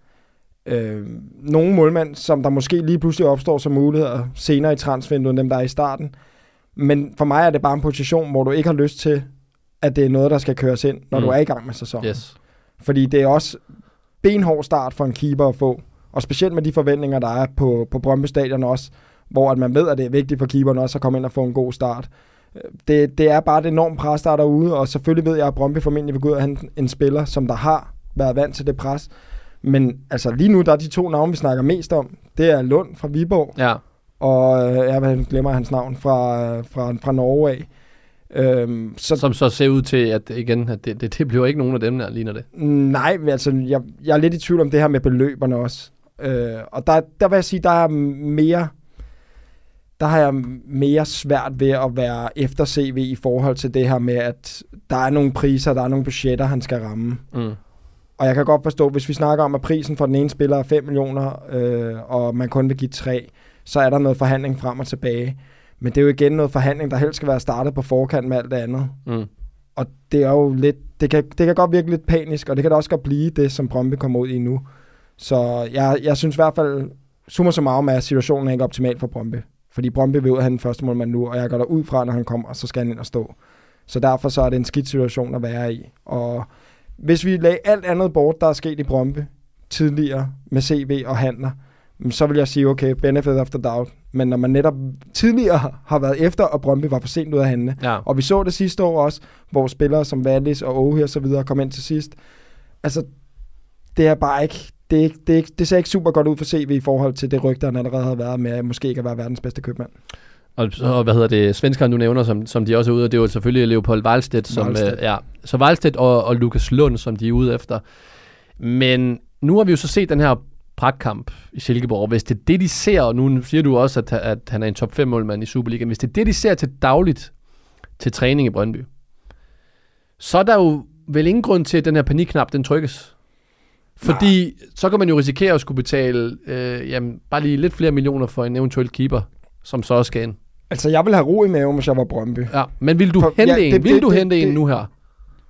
nogle målmænd, som der måske lige pludselig opstår som muligheder senere i transfervinduet, end dem, der er i starten. Men for mig er det bare en position, hvor du ikke har lyst til, at det er noget, der skal køres ind, når du er i gang med sæsonen. Yes. Fordi det er også benhård start for en keeper at få. Og specielt med de forventninger, der er på Brøndby Stadion også, hvor at man ved, at det er vigtigt for keeperen også at komme ind og få en god start. Det er bare det enormt pres, der er derude, og selvfølgelig ved jeg, at Brøndby formentlig vil gå ud og hente en spiller, som der har været vant til det pres. Men altså lige nu, der er de to navne, vi snakker mest om. Det er Lund fra Viborg, og jeg glemmer hans navn fra Norge af. Som så ser ud til, at igen, at det bliver ikke nogen af dem, der ligner det. Nej, altså jeg er lidt i tvivl om det her med beløberne også. Og der vil jeg sige, der har jeg mere svært ved at være efter CV i forhold til det her med, at der er nogle priser, der er nogle budgetter, han skal ramme. Mm. Og jeg kan godt forstå, hvis vi snakker om, at prisen for den ene spiller er 5 millioner, og man kun vil give 3, så er der noget forhandling frem og tilbage. Men det er jo igen noget forhandling, der helst skal være startet på forkant med alt det andet. Mm. Og det er jo lidt, det kan godt virke lidt panisk, og det kan da også godt blive det, som Brøndby kommer ud i nu. Så jeg synes i hvert fald, summa summarum, at situationen er ikke optimal for Brøndby. Fordi Brøndby vil ud af have den første målmand nu, og jeg går der ud fra, når han kommer, så skal han ind og stå. Så derfor så er det en skidt situation at være i. Og hvis vi lagde alt andet bort, der er sket i Brøndby tidligere med CV og handler, så vil jeg sige, okay, benefit of the doubt. Men når man netop tidligere har været efter, og Brøndby var for sent ud at handle, og vi så det sidste år også, hvor spillere som Wallis og Åge og så videre kom ind til sidst. Altså, det er bare ikke... Det ser ikke super godt ud for CV i forhold til det rygte, han allerede havde været med, at måske ikke at være verdens bedste købmand. Og svenskeren du nævner, som de også er ude, og det er jo selvfølgelig Leopold Wallstedt, så Wallstedt og Lukas Lund, som de er ude efter. Men nu har vi jo så set den her pragtkamp i Silkeborg, hvis det er det, de ser, og nu siger du også, at han er en top 5 målmand i Superligaen, hvis det er det, de ser til dagligt til træning i Brøndby, så er der jo vel ingen grund til, at den her panikknap, den trykkes. Fordi så kan man jo risikere at skulle betale bare lige lidt flere millioner for en eventuel keeper, som så også skal ind. Altså, jeg vil have ro i maven, hvis jeg var Brøndby. Ja, men vil du hente en nu her?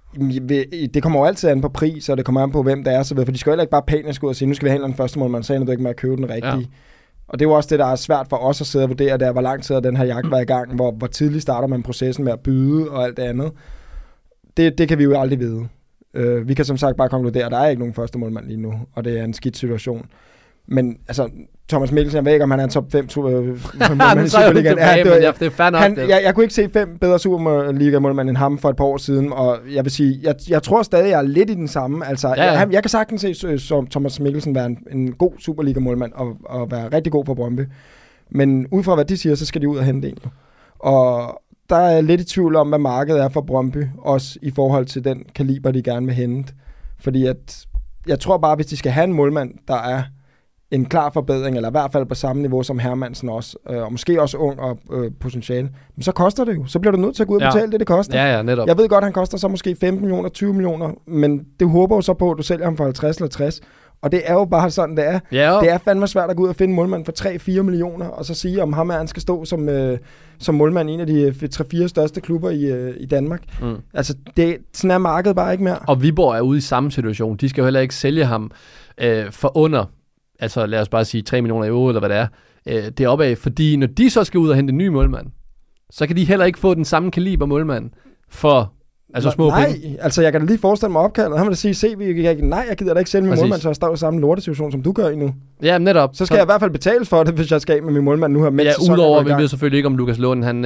Det kommer jo altid an på pris, og det kommer an på, hvem det er, så ved, for de skal jo heller ikke bare panisk ud og sige, nu skal vi have den første mål, man sagde, du ikke med at købe den rigtige. Ja. Og det er jo også det, der er svært for os at sidde og vurdere, der hvor lang tid den her jagt var i gang, hvor tidligt starter man processen med at byde og alt det andet. Det kan vi jo aldrig vide. Vi kan som sagt bare konkludere, at der er ikke nogen første målmand lige nu, og det er en skidt situation. Men altså, Thomas Mikkelsen, jeg ved ikke, om han er en top 5 målmand i Superligaen. Det er fair nok. Jeg kunne ikke se 5 bedre Superliga-målmand end ham for et par år siden, og jeg vil sige, jeg tror stadig, jeg er lidt i den samme. Altså, jeg kan sagtens se som Thomas Mikkelsen være en god Superliga-målmand og være rigtig god for Brøndby. Men ud fra hvad de siger, så skal de ud og hente en. Og der er jeg lidt i tvivl om, hvad markedet er for Brøndby, også i forhold til den kaliber, de gerne vil hente. Fordi at jeg tror bare, hvis de skal have en målmand, der er en klar forbedring, eller i hvert fald på samme niveau som Hermansen også, og måske også ung og potentiale, men så koster det jo. Så bliver du nødt til at gå ud og betale det koster. Ja, netop. Jeg ved godt, han koster så måske 15 millioner, 20 millioner, men det håber jo så på, at du sælger ham for 50 eller 60. Og det er jo bare sådan, det er. Ja, det er fandme svært at gå ud og finde en målmand for 3-4 millioner, og så sige, om ham han skal stå som målmand i en af de 3-4 største klubber i Danmark. Altså, sådan er markedet bare ikke mere. Og Viborg er ude i samme situation. De skal jo heller ikke sælge ham for under, altså lad os bare sige 3 millioner euro, eller hvad det er. Det er opad, fordi når de så skal ud og hente en ny målmand, så kan de heller ikke få den samme kaliber målmand for små penge. Nej, altså jeg kan da lige forestille mig opkaldet. Han vil da sige, jeg gider da ikke sælge min målmand, så jeg står i samme lortesituation, som du gør i nu. Ja, netop. Så skal jeg i hvert fald betales for det, hvis jeg skal af med min målmand nu her. Ja, udover, vi ved selvfølgelig ikke, om Lukas Lund, han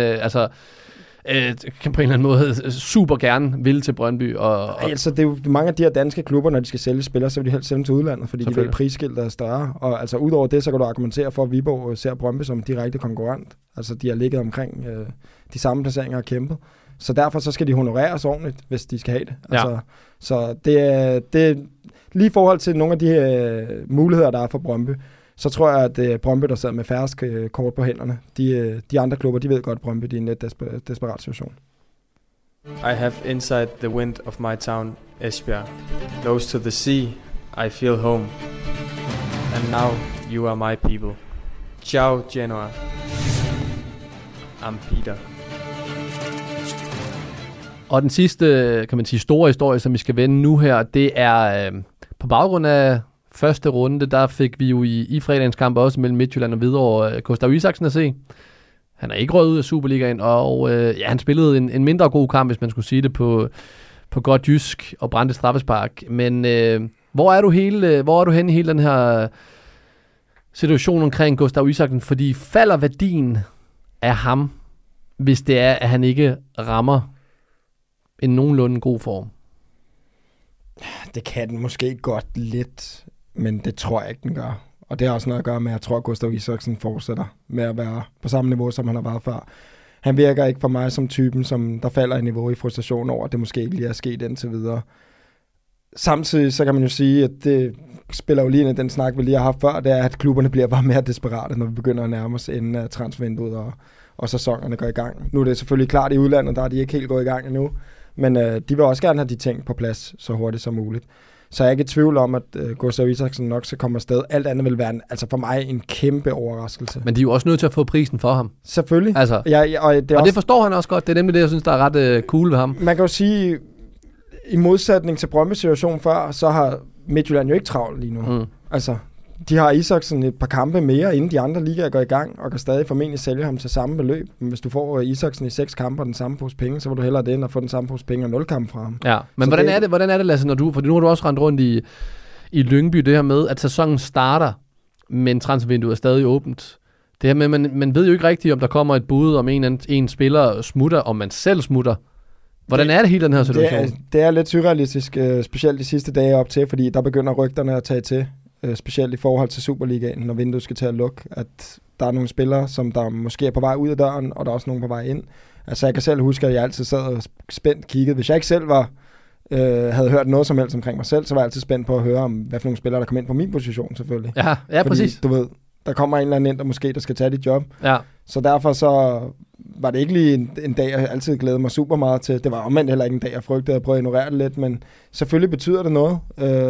kan på en eller anden måde super gerne vil til Brøndby. Altså, det er jo mange af de her danske klubber, når de skal sælge spillere, så vil de helst sælge dem til udlandet, fordi de ved, prisskiltet er større. Og altså, udover det, så kan du argumentere for, at Viborg ser Brøndby som direkte konkurrent. Altså, de har ligget omkring de samme placeringer og kæmpet. Så derfor så skal de honoreres ordentligt, hvis de skal have det. Altså, ja. Så det er lige i forhold til nogle af de muligheder, der er for Brøndby, så tror jeg, at det er Brøndby, der sidder med færrest kort på hænderne. De andre klubber, de ved godt, at Brøndby er i en lidt desperat situation. I have inside the wind of my town, Esbjerg. Close to the sea, I feel home. And now you are my people. Ciao, Genoa. I'm Peter. Og den sidste, kan man sige, store historie, som vi skal vende nu her, det er på baggrund af første runde, der fik vi jo i fredagens kamp også mellem Midtjylland og Hvidovre Gustav Isaksen at se. Han er ikke røget ud af Superligaen, og han spillede en mindre god kamp, hvis man skulle sige det på godt jysk og brændte straffespark. Men hvor er du henne i hele den her situation omkring Gustav Isaksen? Fordi falder værdien af ham, hvis det er, at han ikke rammer en nogenlunde god form? Det kan den måske godt lidt, men det tror jeg ikke, den gør. Og det har også noget at gøre med, at jeg tror, at Gustav Isaksen fortsætter med at være på samme niveau, som han har været før. Han virker ikke for mig som typen, som der falder i niveau i frustration over, at det måske ikke lige er sket indtil videre. Samtidig så kan man jo sige, at det spiller jo lige ind i den snak, vi lige har haft før, det er, at klubberne bliver bare mere desperate, når vi begynder at nærme os inden af transfervinduet og sæsonerne går i gang. Nu er det selvfølgelig klart i udlandet, der er de ikke helt gået i gang endnu, men de vil også gerne have de ting på plads så hurtigt som muligt. Så jeg er ikke i tvivl om, at Gustav Isaksen nok skal komme afsted. Alt andet vil være for mig en kæmpe overraskelse. Men de er jo også nødt til at få prisen for ham. Selvfølgelig. Altså, og det forstår han også godt. Det er nemlig det, jeg synes, der er ret cool ved ham. Man kan jo sige, i modsætning til Brøndby situation før, så har Midtjylland jo ikke travlt lige nu. Altså, de har Isaksen et par kampe mere, inden de andre ligaer går i gang, og kan stadig formentlig sælge ham til samme beløb. Men hvis du får Isaksen i 6 kampe og den samme pose penge, så vil du hellere det, end at få den samme pose penge og 0 kamp fra ham. Ja, men hvordan er det, Lasse, fordi nu har du også rendt rundt i Lyngby, det her med, at sæsonen starter, men transfervinduet er stadig åbent. Det her med, man ved jo ikke rigtigt, om der kommer et bud, om en spiller smutter, om man selv smutter. Hvordan er det hele den her situation? Det er lidt surrealistisk, specielt de sidste dage op til, fordi der begynder rygterne at tage til. Specielt i forhold til Superligaen, når vinduet skal til at lukke, at der er nogle spillere, som der måske er på vej ud af døren, og der er også nogen på vej ind. Altså jeg kan selv huske, at jeg altid sad og spændt kiggede. Hvis jeg ikke selv havde hørt noget som helst omkring mig selv, så var jeg altid spændt på at høre om, hvad for nogle spillere, der kom ind på min position selvfølgelig. Ja, fordi, præcis. Du ved, der kommer en eller anden ind, der måske der skal tage dit job. Ja. Så derfor så var det ikke lige en dag, jeg altid glædede mig super meget til. Det var omvendt heller ikke en dag, jeg frygtede at prøve at ignorere det lidt, men selvfølgelig betyder det noget.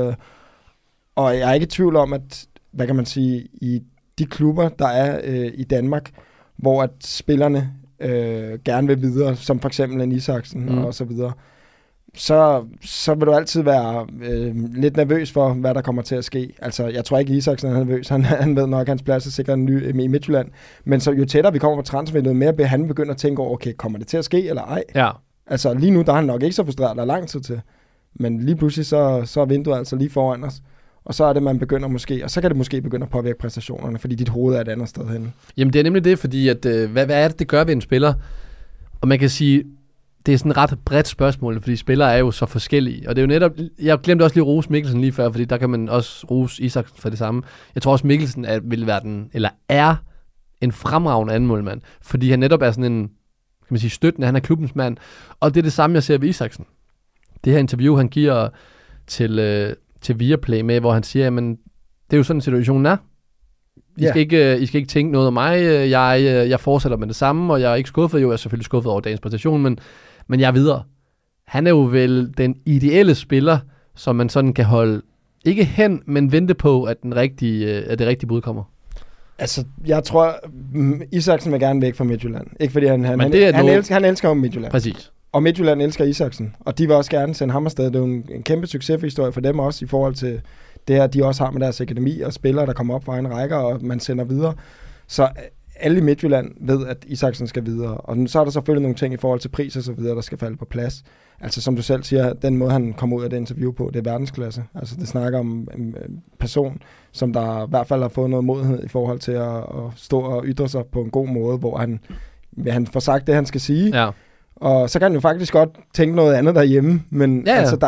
Og jeg er ikke i tvivl om, at, hvad kan man sige, i de klubber, der er i Danmark, hvor at spillerne gerne vil videre, som for eksempel en Isaksen og så videre, så vil du altid være lidt nervøs for, hvad der kommer til at ske. Altså, jeg tror ikke, Isaksen er nervøs. Han ved nok, at hans plads er sikkert en ny i Midtjylland. Men så jo tættere vi kommer på transfervinduet, mere han begynder at tænke over, okay, kommer det til at ske eller ej? Ja. Altså, lige nu der er han nok ikke så frustreret, der er lang tid til. Men lige pludselig, så er vinduet altså lige foran os. Og så er det, man begynder måske, og så kan det måske begynde at påvirke præstationerne, fordi dit hoved er et andet sted henne. Jamen, det er nemlig det, fordi at, hvad er det gør ved en spiller? Og man kan sige, det er sådan et ret bredt spørgsmål, fordi spillere er jo så forskellige. Og det er jo netop, jeg glemte også lige rose Mikkelsen lige før, fordi der kan man også rose Isaksen for det samme. Jeg tror også, Mikkelsen vil være er en fremragende andenmålmand, fordi han netop er sådan en, kan man sige, støttende, han er klubbens mand. Og det er det samme, jeg ser ved Isaksen. Det her interview, han giver til Viaplay med, hvor han siger, jamen, det er jo sådan, situationen er. I skal ikke tænke noget om mig. Jeg fortsætter med det samme, og jeg er ikke skuffet. Jo, jeg er selvfølgelig skuffet over dagens præstation, men jeg er videre. Han er jo vel den ideelle spiller, som man sådan kan holde ikke hen, men vente på, at det rigtige bud kommer. Altså, jeg tror, Isaksen vil gerne væk fra Midtjylland. Ikke fordi han elsker jo Midtjylland. Præcis. Og Midtjylland elsker Isaksen, og de vil også gerne sende ham afsted. Det er jo en kæmpe succeshistorie for dem også, i forhold til det her, de også har med deres akademi og spillere, der kommer op fra en række, og man sender videre. Så alle i Midtjylland ved, at Isaksen skal videre. Og så er der selvfølgelig nogle ting i forhold til pris og så videre, der skal falde på plads. Altså som du selv siger, den måde, han kommer ud af det interview på, det er verdensklasse. Altså det snakker om en person, som der i hvert fald har fået noget modenhed i forhold til at stå og ytre sig på en god måde, hvor han får sagt det, han skal sige. Ja. Og så kan han jo faktisk godt tænke noget andet derhjemme, men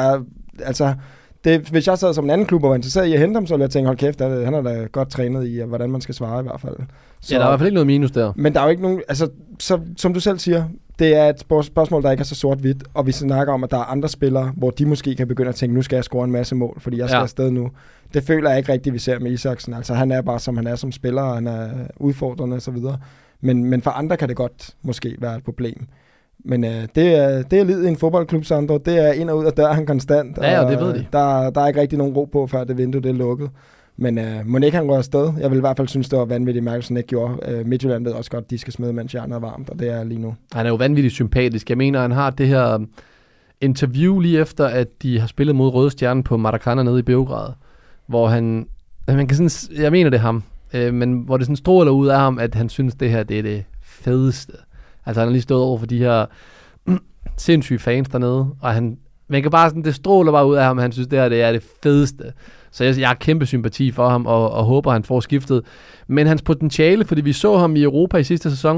hvis jeg sad som en anden klub og var interesseret i at hente ham, så ville jeg tænke, hold kæft, han er da godt trænet i, hvordan man skal svare i hvert fald. Så, ja, der er i hvert fald ikke noget minus der. Men der er jo ikke nogen, altså, som du selv siger, det er et spørgsmål, der ikke er så sort-hvidt, og vi snakker om, at der er andre spillere, hvor de måske kan begynde at tænke, nu skal jeg score en masse mål, fordi jeg skal afsted nu. Det føler jeg ikke rigtigt, vi ser med Isaksen. Altså, han er bare, som han er som spiller, og han er udfordrende og så videre. Men for andre kan det godt måske være et problem. Men det er livet i en fodboldklub, Sandro. Det er ind og ud af døren konstant. Ja, og det ved de. Der er ikke rigtig nogen ro på, før det vindue det er lukket. Men må ikke han røre afsted? Jeg vil i hvert fald synes, det var vanvittigt, Mærkelsen ikke gjorde. Midtjylland ved også godt, at de skal smide, mens hjernet er varmt, og det er lige nu. Han er jo vanvittigt sympatisk. Jeg mener, han har det her interview lige efter, at de har spillet mod Røde Stjerne på Maracana nede i Beograd, hvor man kan sådan, jeg mener det er ham, men hvor det sådan stråler ud af ham, at han synes, det her det er det fedeste. Altså han har lige stået over for de her sindssyge fans dernede, og man kan bare sådan, det stråler bare ud af ham, han synes det her det er det fedeste. Så jeg har kæmpe sympati for ham, og håber han får skiftet. Men hans potentiale, fordi vi så ham i Europa i sidste sæson,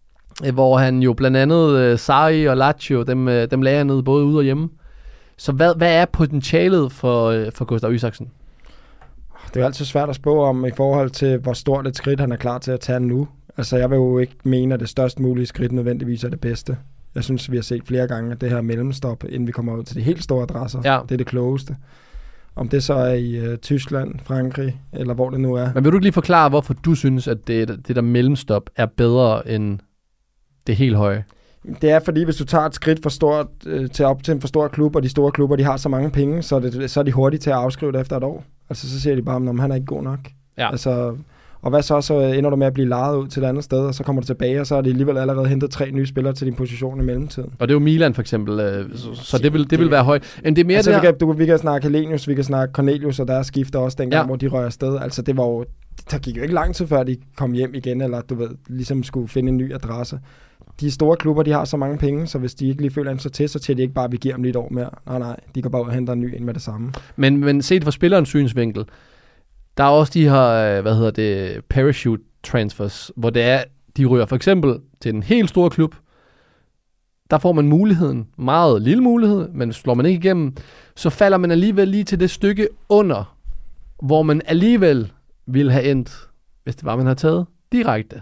hvor han jo blandt andet Sarri og Lazio, dem lagde ned både ude og hjemme. Så hvad er potentialet for Gustav Isaksen? Det er jo altid svært at spå om i forhold til, hvor stort et skridt han er klar til at tage nu. Altså, jeg vil jo ikke mene, at det størst mulige skridt nødvendigvis er det bedste. Jeg synes, vi har set flere gange, at det her mellemstop, inden vi kommer ud til de helt store adresser, det er det klogeste. Om det så er i Tyskland, Frankrig, eller hvor det nu er. Men vil du ikke lige forklare, hvorfor du synes, at det der mellemstop er bedre end det helt høje? Det er fordi, hvis du tager et skridt for stort, op til en for stor klub, og de store klubber, de har så mange penge, så er de hurtige til at afskrive det efter et år. Altså, så siger de bare, om han er ikke god nok. Ja. Altså, og hvad så ender du med at blive lejet ud til et andet sted, og så kommer du tilbage, og så er det alligevel allerede hentet 3 nye spillere til din position i mellemtiden. Og det er jo Milan for eksempel, så det vil være højt. Men det er mere altså, vi kan snakke Helenius, vi kan snakke Cornelius, og der skifter også dengang, hvor de rører afsted. Altså det var jo, der gik jo ikke lang tid før de kom hjem igen, eller du ved, ligesom skulle finde en ny adresse. De store klubber, de har så mange penge, så hvis de ikke lige føler en så tager de ikke bare, at vi giver dem lige et år mere. Nej, de går bare ud og henter en ny ind med det samme. Men set fra spillerens synsvinkel, der er også de her, parachute transfers, hvor det er, de ryger for eksempel til en helt stor klub. Der får man muligheden, meget lille mulighed, men slår man ikke igennem, så falder man alligevel lige til det stykke under, hvor man alligevel ville have endt, hvis det var, man havde taget direkte.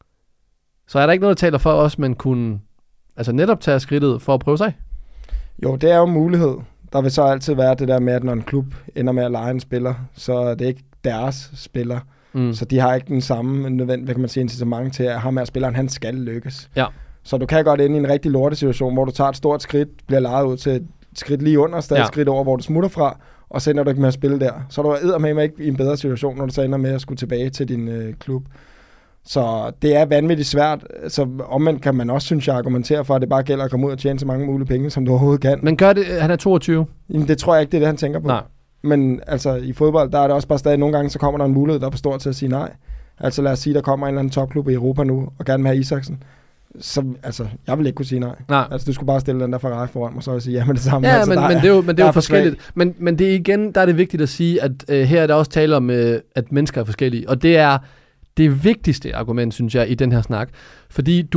Så er der ikke noget, der taler for os, man kunne netop tage skridtet for at prøve sig? Jo, det er jo en mulighed. Der vil så altid være det der med, at når en klub ender med at lege en spiller, så er det ikke deres spiller. Så de har ikke den samme incitament til, at ham her spilleren, han skal lykkes. Ja. Så du kan godt ende i en rigtig lortesituation, hvor du tager et stort skridt, bliver lejet ud til et skridt lige under, stadig et skridt over, hvor du smutter fra, og så ender du ikke med at spille der. Så er du eddermame ikke i en bedre situation, når du så ender med at skulle tilbage til din klub. Så det er vanvittigt svært. Så omvendt kan man også, synes jeg, argumentere for, at det bare gælder at komme ud og tjene så mange mulige penge, som du overhovedet kan. Men gør det, han er 22? Jamen, det tror jeg ikke, det er det, han tænker på. Nej. Men altså, i fodbold, der er det også bare stadig, nogle gange, så kommer der en mulighed, der er for stor til at sige nej. Altså lad os sige, der kommer en eller anden topklub i Europa nu, og gerne vil have Isaksen. Så altså, jeg vil ikke kunne sige nej. Altså, du skulle bare stille den der Ferrari foran mig, så og sige ja med det samme. Ja, altså, men det er jo forskelligt. Men det er igen, der er det vigtigt at sige, at her er der også tale om, at mennesker er forskellige. Og det er det vigtigste argument, synes jeg, i den her snak. Fordi du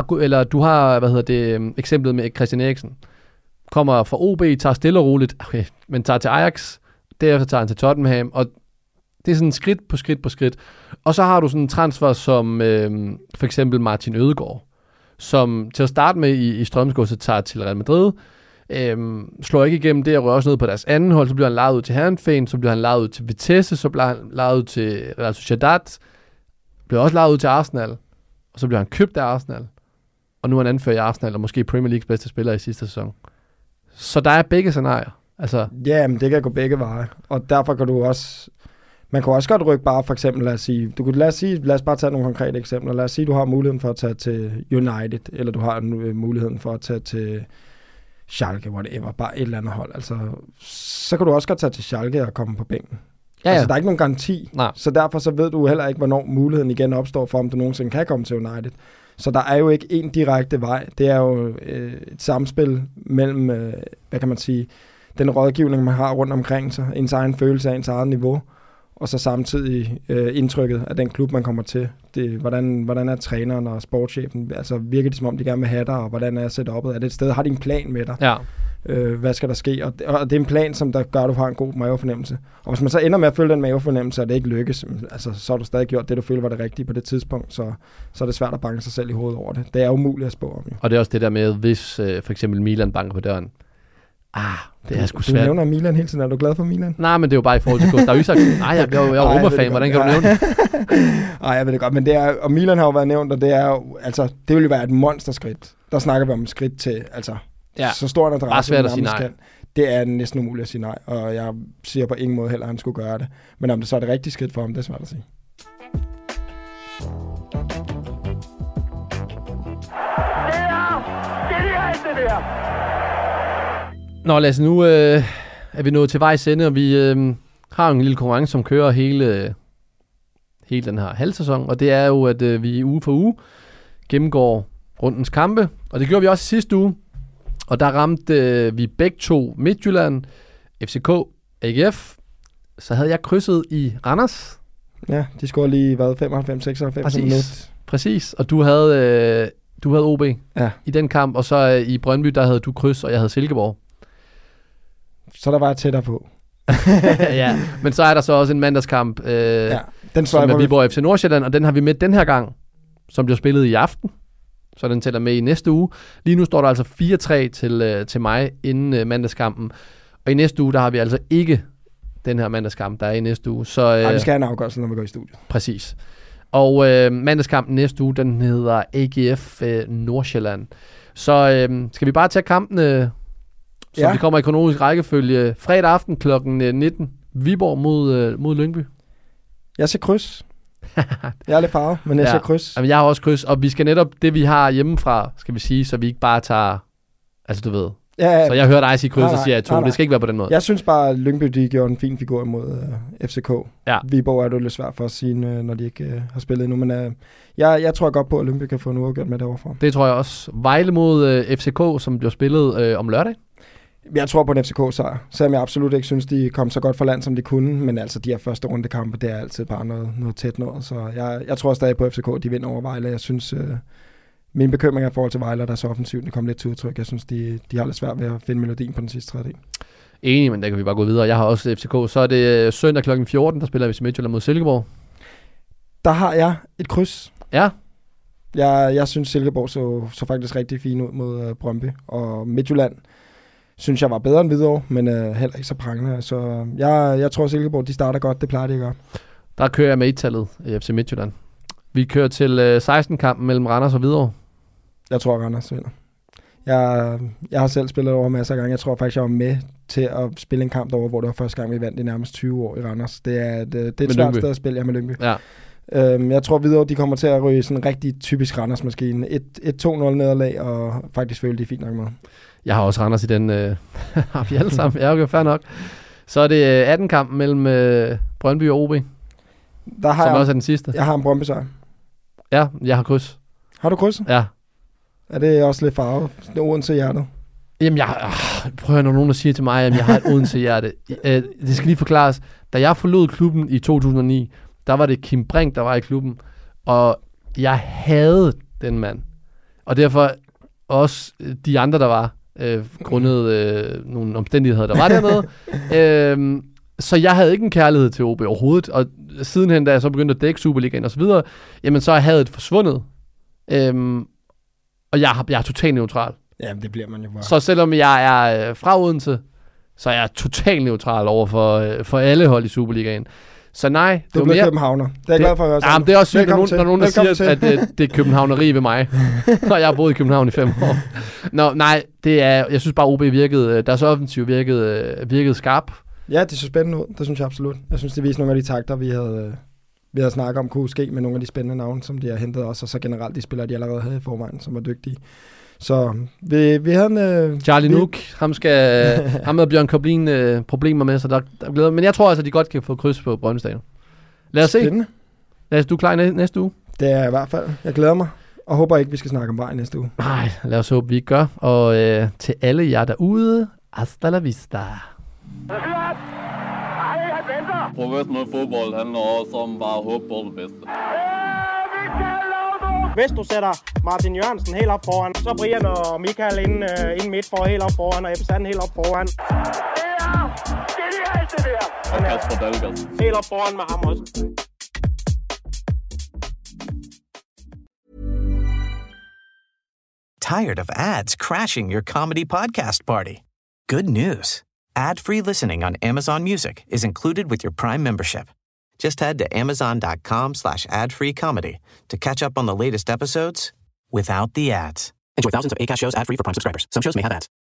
har eksemplet med Christian Eriksen. Kommer fra OB, tager stille og roligt, okay, men tager til Ajax, derefter tager han til Tottenham, og det er sådan skridt på skridt på skridt. Og så har du sådan en transfer som for eksempel Martin Ødegaard, som til at starte med i Strømsgodset tager til Real Madrid, slår ikke igennem det, og rører også ned på deres anden hold, så bliver han lejet ud til Herrenfeen, så bliver han lejet ud til Vitesse, så bliver han lejet ud til Real Sociedad, bliver også lejet ud til Arsenal, og så bliver han købt af Arsenal, og nu er han anført i Arsenal, og måske Premier Leagues bedste spiller i sidste sæson. Så der er begge scenarier. Altså. Ja, men det kan gå begge veje, og derfor kan du også... Man kan også godt rykke bare, for eksempel, lad os bare tage nogle konkrete eksempler. Lad os sige, du har muligheden for at tage til United, eller du har muligheden for at tage til Schalke, whatever, bare et eller andet hold. Altså, så kan du også godt tage til Schalke og komme på bænken. Ja. Altså, der er ikke nogen garanti, så derfor så ved du heller ikke, hvornår muligheden igen opstår for, om du nogensinde kan komme til United. Så der er jo ikke en direkte vej. Det er jo et samspil mellem, hvad kan man sige, den rådgivning, man har rundt omkring sig, ens egen følelse af ens eget niveau, og så samtidig indtrykket af den klub, man kommer til. Hvordan er træneren og sportschefen? Altså virker det som om, de gerne vil have dig, og hvordan er setupet? Er det et sted? Har de en plan med dig? Ja. Hvad skal der ske? Og det er en plan, som der gør, at du har en god mavefornemmelse. Og hvis man så ender med at følge den mavefornemmelse, og det ikke lykkes, altså, så har du stadig gjort det, du føler var det rigtige på det tidspunkt, så er det svært at banke sig selv i hovedet over det. Det er umuligt at spå om. Jo. Og det er også det der med, hvis for eksempel Milan banker på døren. Det er sgu svært. Du nævner Milan hele tiden. Er du glad for Milan? Nej, men det er jo bare i forhold til Gustav Isaksen. Nej, jeg er jo Roma-fan. Hvordan kan du nævne det? Nej, jeg ved det godt. Men det er, og Milan har jo været nævnt, og det er jo, altså, det vil jo være et monsterskridt. Der snakker vi om et skridt til, altså, så stor en adresse. Bare svært at sige nej. Det er næsten umuligt at sige nej, og jeg siger på ingen måde heller, at han skulle gøre det. Men om det så er det rigtige skridt for ham, det er svært at sige. Det der! Nå Lasse, nu er vi nået til vejs ende, og vi har en lille konkurrence, som kører hele den her halvsæson, og det er jo, at vi uge for uge gennemgår rundens kampe, og det gjorde vi også sidste uge, og der ramte vi begge to Midtjylland, FCK, AGF, så havde jeg krydset i Randers. Ja, de scorede lige, 95-96 minut. Præcis, og du havde OB i den kamp, og så i Brøndby, der havde du kryds, og jeg havde Silkeborg. Så der var jeg tættere på. Ja, men så er der så også en mandagskamp, den som er Viborg FC Nordsjælland, og den har vi med den her gang, som bliver spillet i aften. Så den tæller med i næste uge. Lige nu står der altså 4-3 til mig inden mandagskampen. Og i næste uge, der har vi altså ikke den her mandagskamp, der er i næste uge. Så, vi skal have en afgørelse, når vi går i studiet. Præcis. Og mandagskampen næste uge, den hedder AGF Nordsjælland. Så skal vi bare tage kampene, så vi kommer i kronologisk rækkefølge. Fredag aften kl. 19. Viborg mod Lyngby. Jeg ser kryds. Jeg er lidt farvet, men jeg ser kryds. Jamen, jeg har også kryds, og vi skal netop det, vi har hjemmefra, skal vi sige, så vi ikke bare tager, altså du ved. Ja, så jeg hører dig sige kryds, og siger jeg 2. Det skal ikke være på den måde. Jeg synes bare, at Lyngby, de gjorde en fin figur mod FCK. Ja. Viborg er det lidt svært for at sige, når de ikke har spillet endnu, men jeg tror godt på, at Lyngby kan få en uafgjort med derovre. Det tror jeg også. Vejle mod FCK, som bliver spillet om lørdag. Jeg tror på en FCK-sejr, selvom jeg absolut ikke synes, de kom så godt for land, som de kunne, men altså de her første rundekampe, det er altid bare noget tæt noget, så jeg tror stadig på FCK, de vinder over Vejle. Jeg synes, min bekymring er i forhold til Vejle, der er så offensivt, det kom lidt til udtryk. Jeg synes, de har lidt svært ved at finde melodien på den sidste tredjedel. Enig, men der kan vi bare gå videre. Jeg har også FCK, så er det søndag kl. 14, der spiller vi Midtjylland mod Silkeborg. Der har jeg et kryds. Ja. Jeg synes, Silkeborg så faktisk rigtig fint ud mod Brøndby, og Midtjylland synes jeg var bedre end Hvidovre, men heller ikke så prangende. Så jeg tror, Silkeborg, de starter godt. Det plejer de at gøre. Der kører jeg med et-tallet i FC Midtjylland. Vi kører til 16-kampen mellem Randers og Hvidovre. Jeg tror, Randers vinder. Jeg har selv spillet over masser af gange. Jeg tror faktisk, jeg var med til at spille en kamp derovre, hvor det var første gang, vi vandt i nærmest 20 år i Randers. Det er et svært sted at spille med Lyngby. Ja. Jeg tror videre, de kommer til at ryge sådan en rigtig typisk Randers-maskine. Et 2-0 nederlag, og faktisk føler de fint nok med. Jeg har også Randers i den. Har vi alle sammen? Ja, okay, fair nok. Så er det 18 kamp mellem Brøndby og OB, Der har som jeg, også er den sidste. jeg har en Brøndby sejr. Ja, jeg har kryds. Har du kryds? Ja. Er det også lidt farve? Odense hjertet. Jamen, prøv at når nogen der siger til mig, at jeg har et Odense-hjerte. Det skal lige forklares. Da jeg forlod klubben i 2009, der var det Kim Brink, der var i klubben, og jeg havde den mand. Og derfor også de andre, der var, grundet nogle omstændigheder, der var dernede. Så jeg havde ikke en kærlighed til OB overhovedet, og sidenhen, da jeg så begyndte at dække Superligaen og så videre, jamen så er hadet forsvundet. Og jeg er totalt neutral. Jamen, det bliver man jo bare. Så selvom jeg er fra Odense, så er jeg totalt neutral over for alle hold i Superligaen. Så nej, det er mere københavner. Det er jeg glad for at høre. Jamen, det er også sygt, når nogen der siger, at det er københavneri ved mig. Og jeg har boet i København i 5 år. Nå, nej, jeg synes bare, OB virkede, deres offensiv virkede skarp. Ja, det så spændende ud. Det synes jeg absolut. Jeg synes, det viser nogle af de takter, vi havde snakket om kunne ske med nogle af de spændende navne, som de har hentet også, og så generelt de spillere, de allerede havde i forvejen, som var dygtige. Så vi havde en... Charlie Nook, ham med Bjørn Koblin problemer med, så der glæder. Men jeg tror altså, de godt kan få kryds på Brøndby Stadion. Lad os se. Lad du er klar næste uge? Det er i hvert fald. Jeg glæder mig, og håber ikke, vi skal snakke om vej næste uge. Nej, lad os håbe, vi ikke gør. Og til alle jer derude, hasta la vista. Professionel fodbold handler også om bare at håbe på det bedste. Hvis du sætter Martin Jørgensen helt op foran, så Brian og Michael ind midt for helt op foran, og Ebbe Sand helt op foran. Det er genialt, det der! Og Kasper Dahlgaard. Helt op foran med ham også. Tired of ads crashing your comedy podcast party? Good news. Ad-free listening on Amazon Music is included with your Prime membership. Just head to amazon.com/ad-free-comedy to catch up on the latest episodes without the ads. Enjoy thousands of Acast shows ad-free for Prime subscribers. Some shows may have ads.